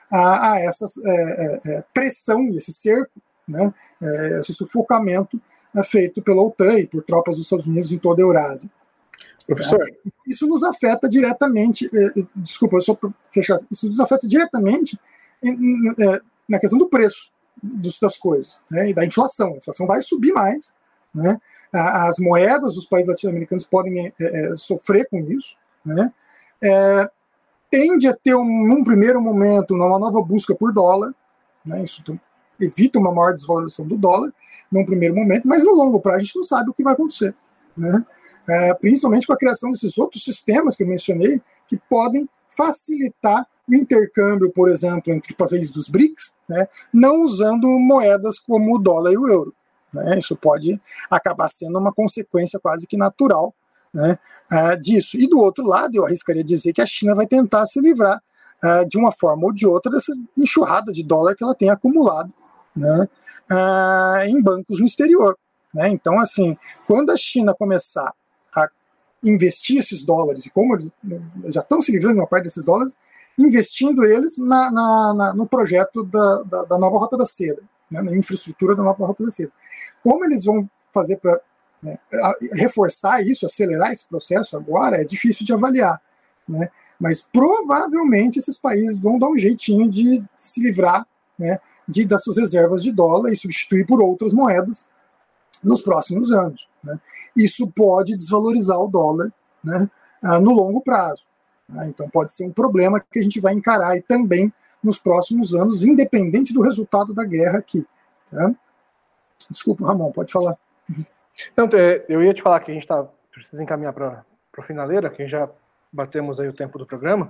S2: a, a essa é, é, pressão, esse cerco, né, é, esse sufocamento é, feito pela OTAN e por tropas dos Estados Unidos em toda a Eurásia.
S1: Professor,
S2: isso nos afeta diretamente, eh, desculpa, só para fechar, isso nos afeta diretamente em, em, eh, na questão do preço dos, das coisas, né, e da inflação. A inflação vai subir mais, né, as moedas dos países latino-americanos podem eh, eh, sofrer com isso, né, eh, tende a ter, um, num primeiro momento, uma nova busca por dólar, né, isso evita uma maior desvalorização do dólar, num primeiro momento, mas no longo prazo a gente não sabe o que vai acontecer, né. É, principalmente com a criação desses outros sistemas que eu mencionei, que podem facilitar o intercâmbio, por exemplo, entre os países dos BRICS, né, não usando moedas como o dólar e o euro. Né, isso pode acabar sendo uma consequência quase que natural, né, uh, disso. E do outro lado, eu arriscaria dizer que a China vai tentar se livrar uh, de uma forma ou de outra dessa enxurrada de dólar que ela tem acumulado, né, uh, em bancos no exterior. Né. Então, assim, quando a China começar a investir esses dólares, e como eles já estão se livrando de uma parte desses dólares, investindo eles na, na, na, no projeto da, da, da nova Rota da Seda, né, na infraestrutura da nova Rota da Seda. Como eles vão fazer para, né, reforçar isso, acelerar esse processo agora, é difícil de avaliar. Né, mas provavelmente esses países vão dar um jeitinho de se livrar, né, de, das suas reservas de dólar e substituir por outras moedas nos próximos anos. Né? Isso pode desvalorizar o dólar, né, no longo prazo. Né? Então pode ser um problema que a gente vai encarar aí também nos próximos anos, independente do resultado da guerra aqui. Tá? Desculpa, Ramon, pode falar.
S1: Não, eu ia te falar que a gente tá, precisa encaminhar para a finaleira, que já batemos aí o tempo do programa,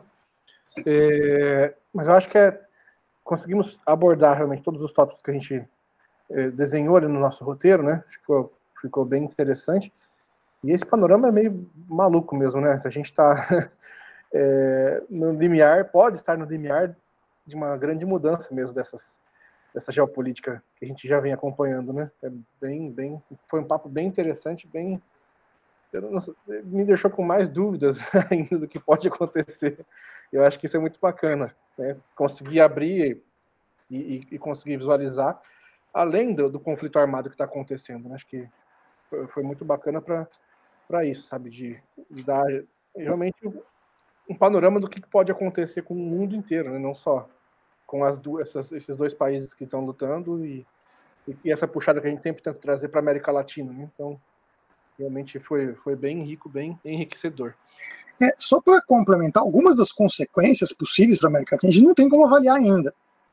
S1: é, mas eu acho que é, conseguimos abordar realmente todos os tópicos que a gente desenhou ali no nosso roteiro, né? Ficou, ficou bem interessante. E esse panorama é meio maluco mesmo, né? A gente está é, no limiar, pode estar no limiar de uma grande mudança mesmo dessas, dessa geopolítica que a gente já vem acompanhando, né? É bem, bem, foi um papo bem interessante, bem, não, me deixou com mais dúvidas ainda do que pode acontecer. Eu acho que isso é muito bacana, né? Conseguir abrir e, e, e conseguir visualizar além do, do conflito armado que está acontecendo, né? Acho que foi, foi muito bacana para isso, sabe? De, de dar realmente um panorama do que pode acontecer com o mundo inteiro, né? Não só com as duas, essas, esses dois países que estão lutando e, e essa puxada que a gente sempre tenta trazer para a América Latina, né? Então, realmente foi, foi bem rico, bem enriquecedor.
S2: É, só para complementar, algumas das consequências possíveis para a América Latina, a gente não tem como avaliar ainda.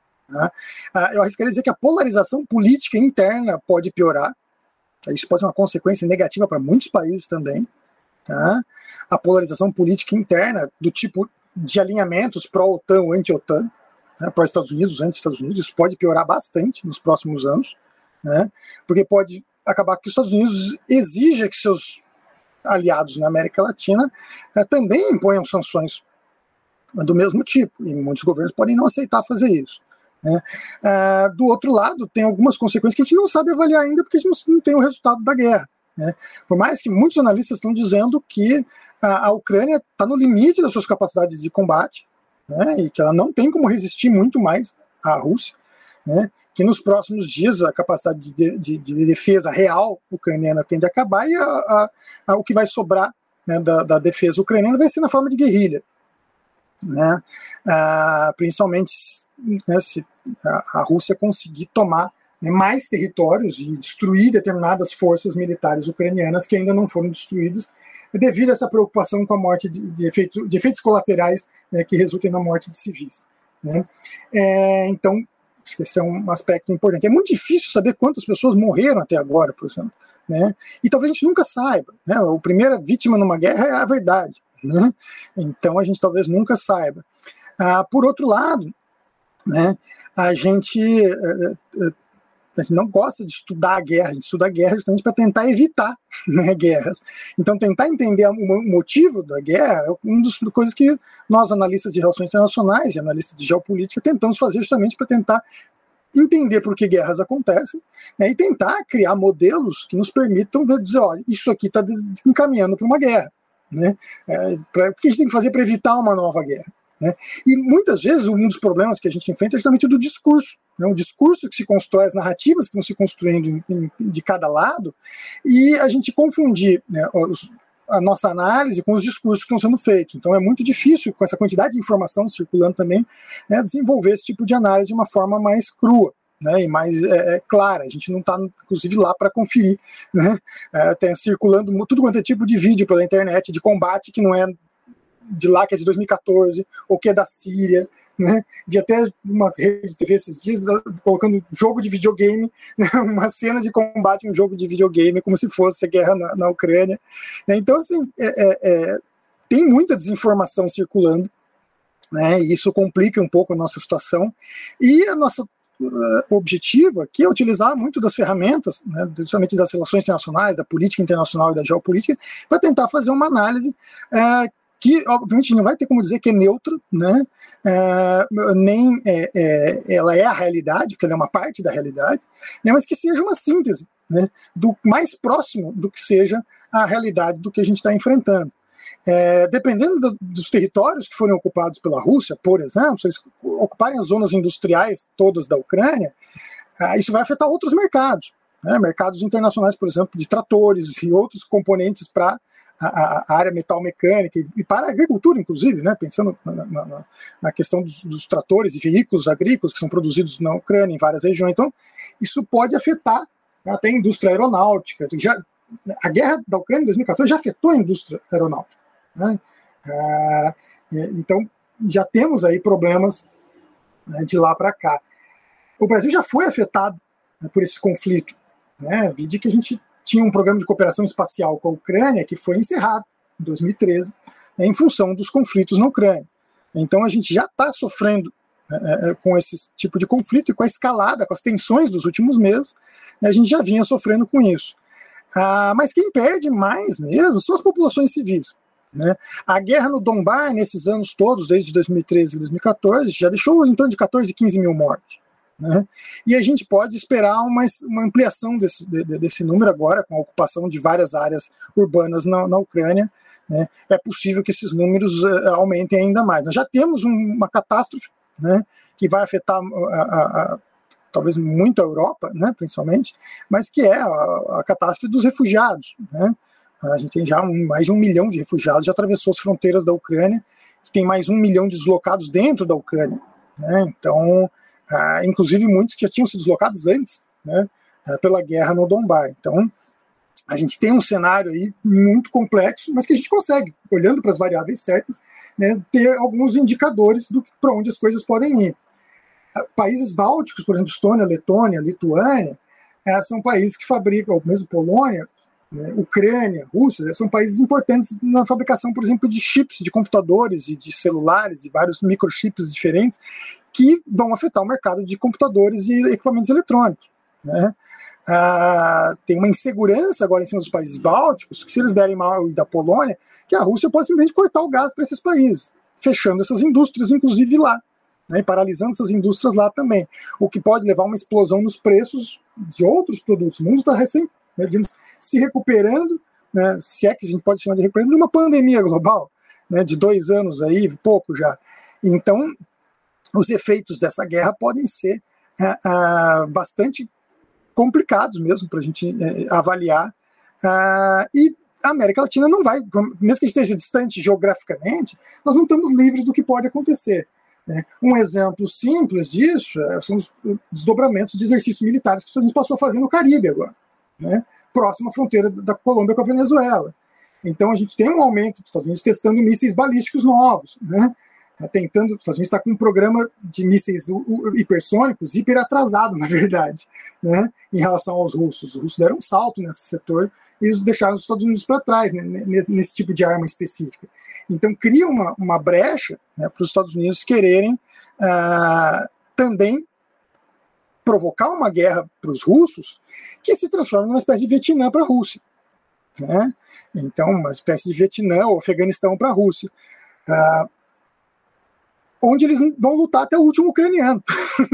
S2: Eu arriscaria dizer que a polarização política interna pode piorar. Isso pode ser uma consequência negativa para muitos países também. Tá? A polarização política interna, do tipo de alinhamentos pró-OTAN ou anti-OTAN, né, pró-Estados Unidos, anti-Estados Unidos, isso pode piorar bastante nos próximos anos, né, porque pode acabar que os Estados Unidos exija que seus aliados na América Latina eh, também imponham sanções do mesmo tipo, e muitos governos podem não aceitar fazer isso. Né? Uh, do outro lado, tem algumas consequências que a gente não sabe avaliar ainda, porque a gente não, não tem o resultado da guerra. Né? Por mais que muitos analistas estão dizendo que uh, a Ucrânia está no limite das suas capacidades de combate, né? E que ela não tem como resistir muito mais à Rússia, né? Que nos próximos dias a capacidade de, de, de defesa real ucraniana tende a acabar e a, a, a, o que vai sobrar, né, da, da defesa ucraniana vai ser na forma de guerrilha. Né? Uh, principalmente, né, se a, a Rússia conseguir tomar, né, mais territórios e destruir determinadas forças militares ucranianas que ainda não foram destruídas, devido a essa preocupação com a morte de, de, efeito, de efeitos colaterais, né, que resultem na morte de civis. Né? É, então, acho que esse é um aspecto importante. É muito difícil saber quantas pessoas morreram até agora, por exemplo. Né? E talvez a gente nunca saiba. Né? A primeira vítima numa guerra é a verdade. Né? Então a gente talvez nunca saiba. Ah, por outro lado, né, a, gente, a gente não gosta de estudar a guerra, a gente estuda a guerra justamente para tentar evitar, né, guerras. Então tentar entender o motivo da guerra é uma das coisas que nós, analistas de relações internacionais e analistas de geopolítica, tentamos fazer justamente para tentar entender por que guerras acontecem, né, e tentar criar modelos que nos permitam ver, dizer, olha, isso aqui está encaminhando para uma guerra. Né? É, pra, o que a gente tem que fazer para evitar uma nova guerra? né? E muitas vezes um dos problemas que a gente enfrenta é justamente o do discurso, né? Um discurso que se constrói, as narrativas que vão se construindo em, em, de cada lado, e a gente confundir, né, os, a nossa análise com os discursos que estão sendo feitos. Então é muito difícil, com essa quantidade de informação circulando também, né, desenvolver esse tipo de análise de uma forma mais crua, né, e mais é, clara. A gente não está, inclusive, lá para conferir, né? É, tem circulando tudo quanto é tipo de vídeo pela internet de combate que não é de lá, que é de dois mil e catorze, ou que é da Síria, né? De até uma rede de T V esses dias colocando jogo de videogame, né? Uma cena de combate em um jogo de videogame, como se fosse a guerra na, na Ucrânia. Então, assim, é, é, é, tem muita desinformação circulando, né? E isso complica um pouco a nossa situação. E a nossa uh, objetivo aqui é utilizar muito das ferramentas, né, justamente das relações internacionais, da política internacional e da geopolítica, para tentar fazer uma análise uh, que, obviamente, não vai ter como dizer que é neutra, né? É, nem é, é, ela é a realidade, porque ela é uma parte da realidade, né? Mas que seja uma síntese, né, do mais próximo do que seja a realidade do que a gente está enfrentando. É, dependendo do, dos territórios que forem ocupados pela Rússia, por exemplo, se eles ocuparem as zonas industriais todas da Ucrânia, ah, isso vai afetar outros mercados, né? Mercados internacionais, por exemplo, de tratores e outros componentes para A, a área metal-mecânica e, e para a agricultura, inclusive, né, pensando na, na, na questão dos, dos tratores e veículos agrícolas que são produzidos na Ucrânia, em várias regiões. Então, isso pode afetar até a indústria aeronáutica. Já, a guerra da Ucrânia em dois mil e catorze já afetou a indústria aeronáutica, né? Ah, então, já temos aí problemas, né, de lá para cá. O Brasil já foi afetado, né, por esse conflito, né? Vide que a gente tinha um programa de cooperação espacial com a Ucrânia que foi encerrado em dois mil e treze, né, em função dos conflitos na Ucrânia. Então a gente já está sofrendo, né, com esse tipo de conflito e com a escalada, com as tensões dos últimos meses, né, a gente já vinha sofrendo com isso. Ah, mas quem perde mais mesmo são as populações civis, né? A guerra no Donbás, nesses anos todos, desde dois mil e treze e dois mil e catorze, já deixou em torno de catorze, quinze mil mortos. Né? E a gente pode esperar uma, uma ampliação desse, de, desse número agora, com a ocupação de várias áreas urbanas na, na Ucrânia, né? É possível que esses números uh, aumentem ainda mais. Nós já temos um, uma catástrofe, né, que vai afetar a, a, a, talvez muito a Europa, né, principalmente, mas que é a, a catástrofe dos refugiados, né? A gente tem já um, mais de um milhão de refugiados, já atravessou as fronteiras da Ucrânia, e tem mais um milhão de deslocados dentro da Ucrânia, né? Então, Uh, inclusive muitos que já tinham sido deslocados antes, né, uh, pela guerra no Donbás. Então, a gente tem um cenário aí muito complexo, mas que a gente consegue, olhando para as variáveis certas, né, ter alguns indicadores para onde as coisas podem ir. Uh, países bálticos, por exemplo, Estônia, Letônia, Lituânia, uh, são países que fabricam, ou mesmo Polônia, né, Ucrânia, Rússia, são países importantes na fabricação, por exemplo, de chips, de computadores e de celulares e vários microchips diferentes que vão afetar o mercado de computadores e equipamentos eletrônicos, né? Ah, tem uma insegurança agora em cima dos países bálticos, que se eles derem mal e da Polônia, que a Rússia pode simplesmente cortar o gás para esses países, fechando essas indústrias, inclusive lá, né, e paralisando essas indústrias lá também, o que pode levar a uma explosão nos preços de outros produtos. O mundo está recém, né, digamos, se recuperando, né, se é que a gente pode chamar de recuperação, de uma pandemia global, né, de dois anos aí, pouco já. Então, os efeitos dessa guerra podem ser é, é, bastante complicados mesmo para a gente é, avaliar. É, e a América Latina não vai, mesmo que esteja distante geograficamente, nós não estamos livres do que pode acontecer, né? Um exemplo simples disso é, são os desdobramentos de exercícios militares que os Estados Unidos passou a fazer no Caribe agora, né? Próxima à fronteira da Colômbia com a Venezuela. Então a gente tem um aumento dos Estados Unidos testando mísseis balísticos novos, né? Tentando, os Estados Unidos está com um programa de mísseis hipersônicos hiper atrasado, na verdade, né, em relação aos russos. Os russos deram um salto nesse setor e eles deixaram os Estados Unidos para trás, né, nesse, nesse tipo de arma específica. Então cria uma, uma brecha, né, para os Estados Unidos quererem uh, também provocar uma guerra para os russos que se transforma numa espécie de Vietnã para a Rússia, né? Então uma espécie de Vietnã ou Afeganistão para a Rússia. Uh, onde eles vão lutar até o último ucraniano.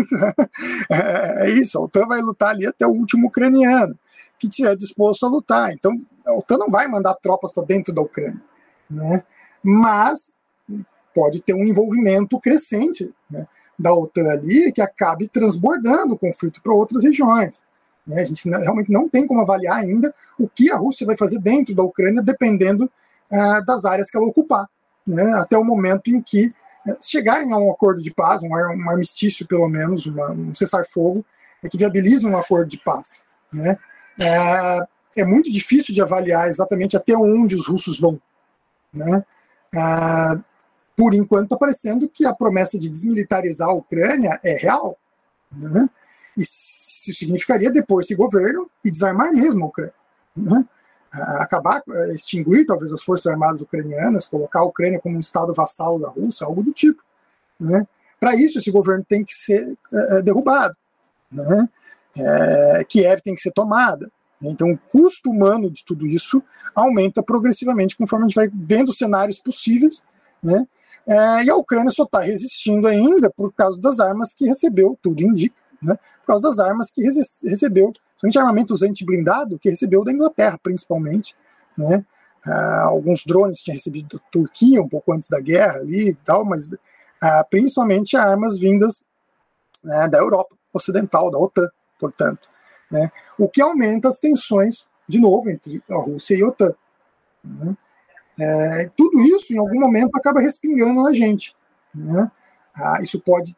S2: É isso, a OTAN vai lutar ali até o último ucraniano que estiver disposto a lutar. Então, a OTAN não vai mandar tropas para dentro da Ucrânia, né? Mas pode ter um envolvimento crescente, né, da OTAN ali, que acabe transbordando o conflito para outras regiões. Né? A gente realmente não tem como avaliar ainda o que a Rússia vai fazer dentro da Ucrânia, dependendo uh, das áreas que ela ocupar, né, até o momento em que uh, chegarem a um acordo de paz, um, ar, um armistício pelo menos, uma, um cessar-fogo, que viabilize um acordo de paz. Né? É, é muito difícil de avaliar exatamente até onde os russos vão. Né? É, por enquanto está parecendo que a promessa de desmilitarizar a Ucrânia é real. Né? E isso significaria depor esse governo e desarmar mesmo a Ucrânia. Né? Acabar, extinguir talvez as forças armadas ucranianas, colocar a Ucrânia como um estado vassalo da Rússia, algo do tipo. Né? Para isso, esse governo tem que ser é, derrubado. Né? É, Kiev tem que ser tomada. Então, o custo humano de tudo isso aumenta progressivamente conforme a gente vai vendo cenários possíveis. Né? É, e a Ucrânia só está resistindo ainda por causa das armas que recebeu, tudo indica, né? Por causa das armas que recebeu, somente armamentos anti-blindado que recebeu da Inglaterra, principalmente. Né? Ah, alguns drones tinha recebido da Turquia um pouco antes da guerra ali e tal, mas ah, principalmente armas vindas, né, da Europa Ocidental, da OTAN, portanto. Né, o que aumenta as tensões, de novo, entre a Rússia e a OTAN. Né. É, tudo isso, em algum momento, acaba respingando na gente. Né. Ah, isso pode...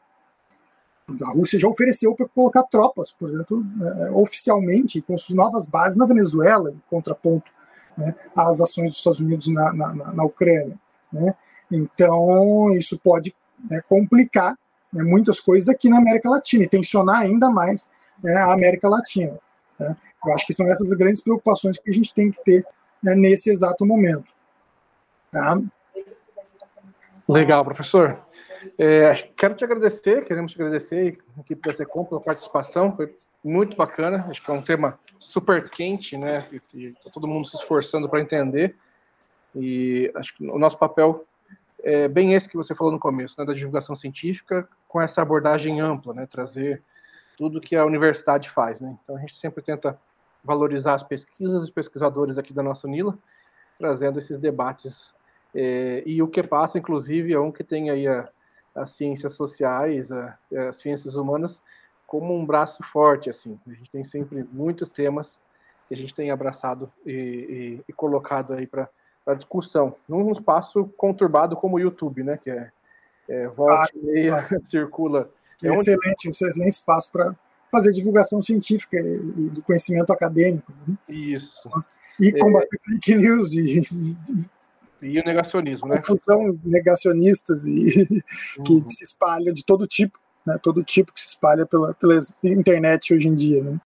S2: A Rússia já ofereceu para colocar tropas, por exemplo, é, oficialmente, com suas novas bases na Venezuela, em contraponto, né, às ações dos Estados Unidos na, na, na Ucrânia. Né. Então, isso pode, né, complicar, né, muitas coisas aqui na América Latina e tensionar ainda mais, né, a América Latina. Né? Eu acho que são essas grandes preocupações que a gente tem que ter, né, nesse exato momento. Tá?
S1: Legal, professor. É, quero te agradecer, queremos te agradecer aqui da SECOM pela participação, foi muito bacana, acho que é um tema super quente, né? Está todo mundo se esforçando para entender, e acho que o nosso papel é bem esse que você falou no começo, né, da divulgação científica, com essa abordagem ampla, né, trazer tudo que a universidade faz. Né? Então a gente sempre tenta valorizar as pesquisas, os pesquisadores aqui da nossa UNILA, trazendo esses debates. É, e o que passa, inclusive, é um que tem aí a, as ciências sociais, a, as ciências humanas, como um braço forte. Assim. A gente tem sempre muitos temas que a gente tem abraçado e, e, e colocado aí para a discussão, num espaço conturbado como o YouTube, né, que é, é volta e meia, circula.
S2: É um excelente, um excelente espaço para fazer divulgação científica e, e do conhecimento acadêmico. Né?
S1: Isso.
S2: E combater é, fake news e,
S1: e, e o negacionismo, né?
S2: Confusão, negacionistas e uhum. que se espalham de todo tipo, né? Todo tipo que se espalha pela, pela internet hoje em dia, né?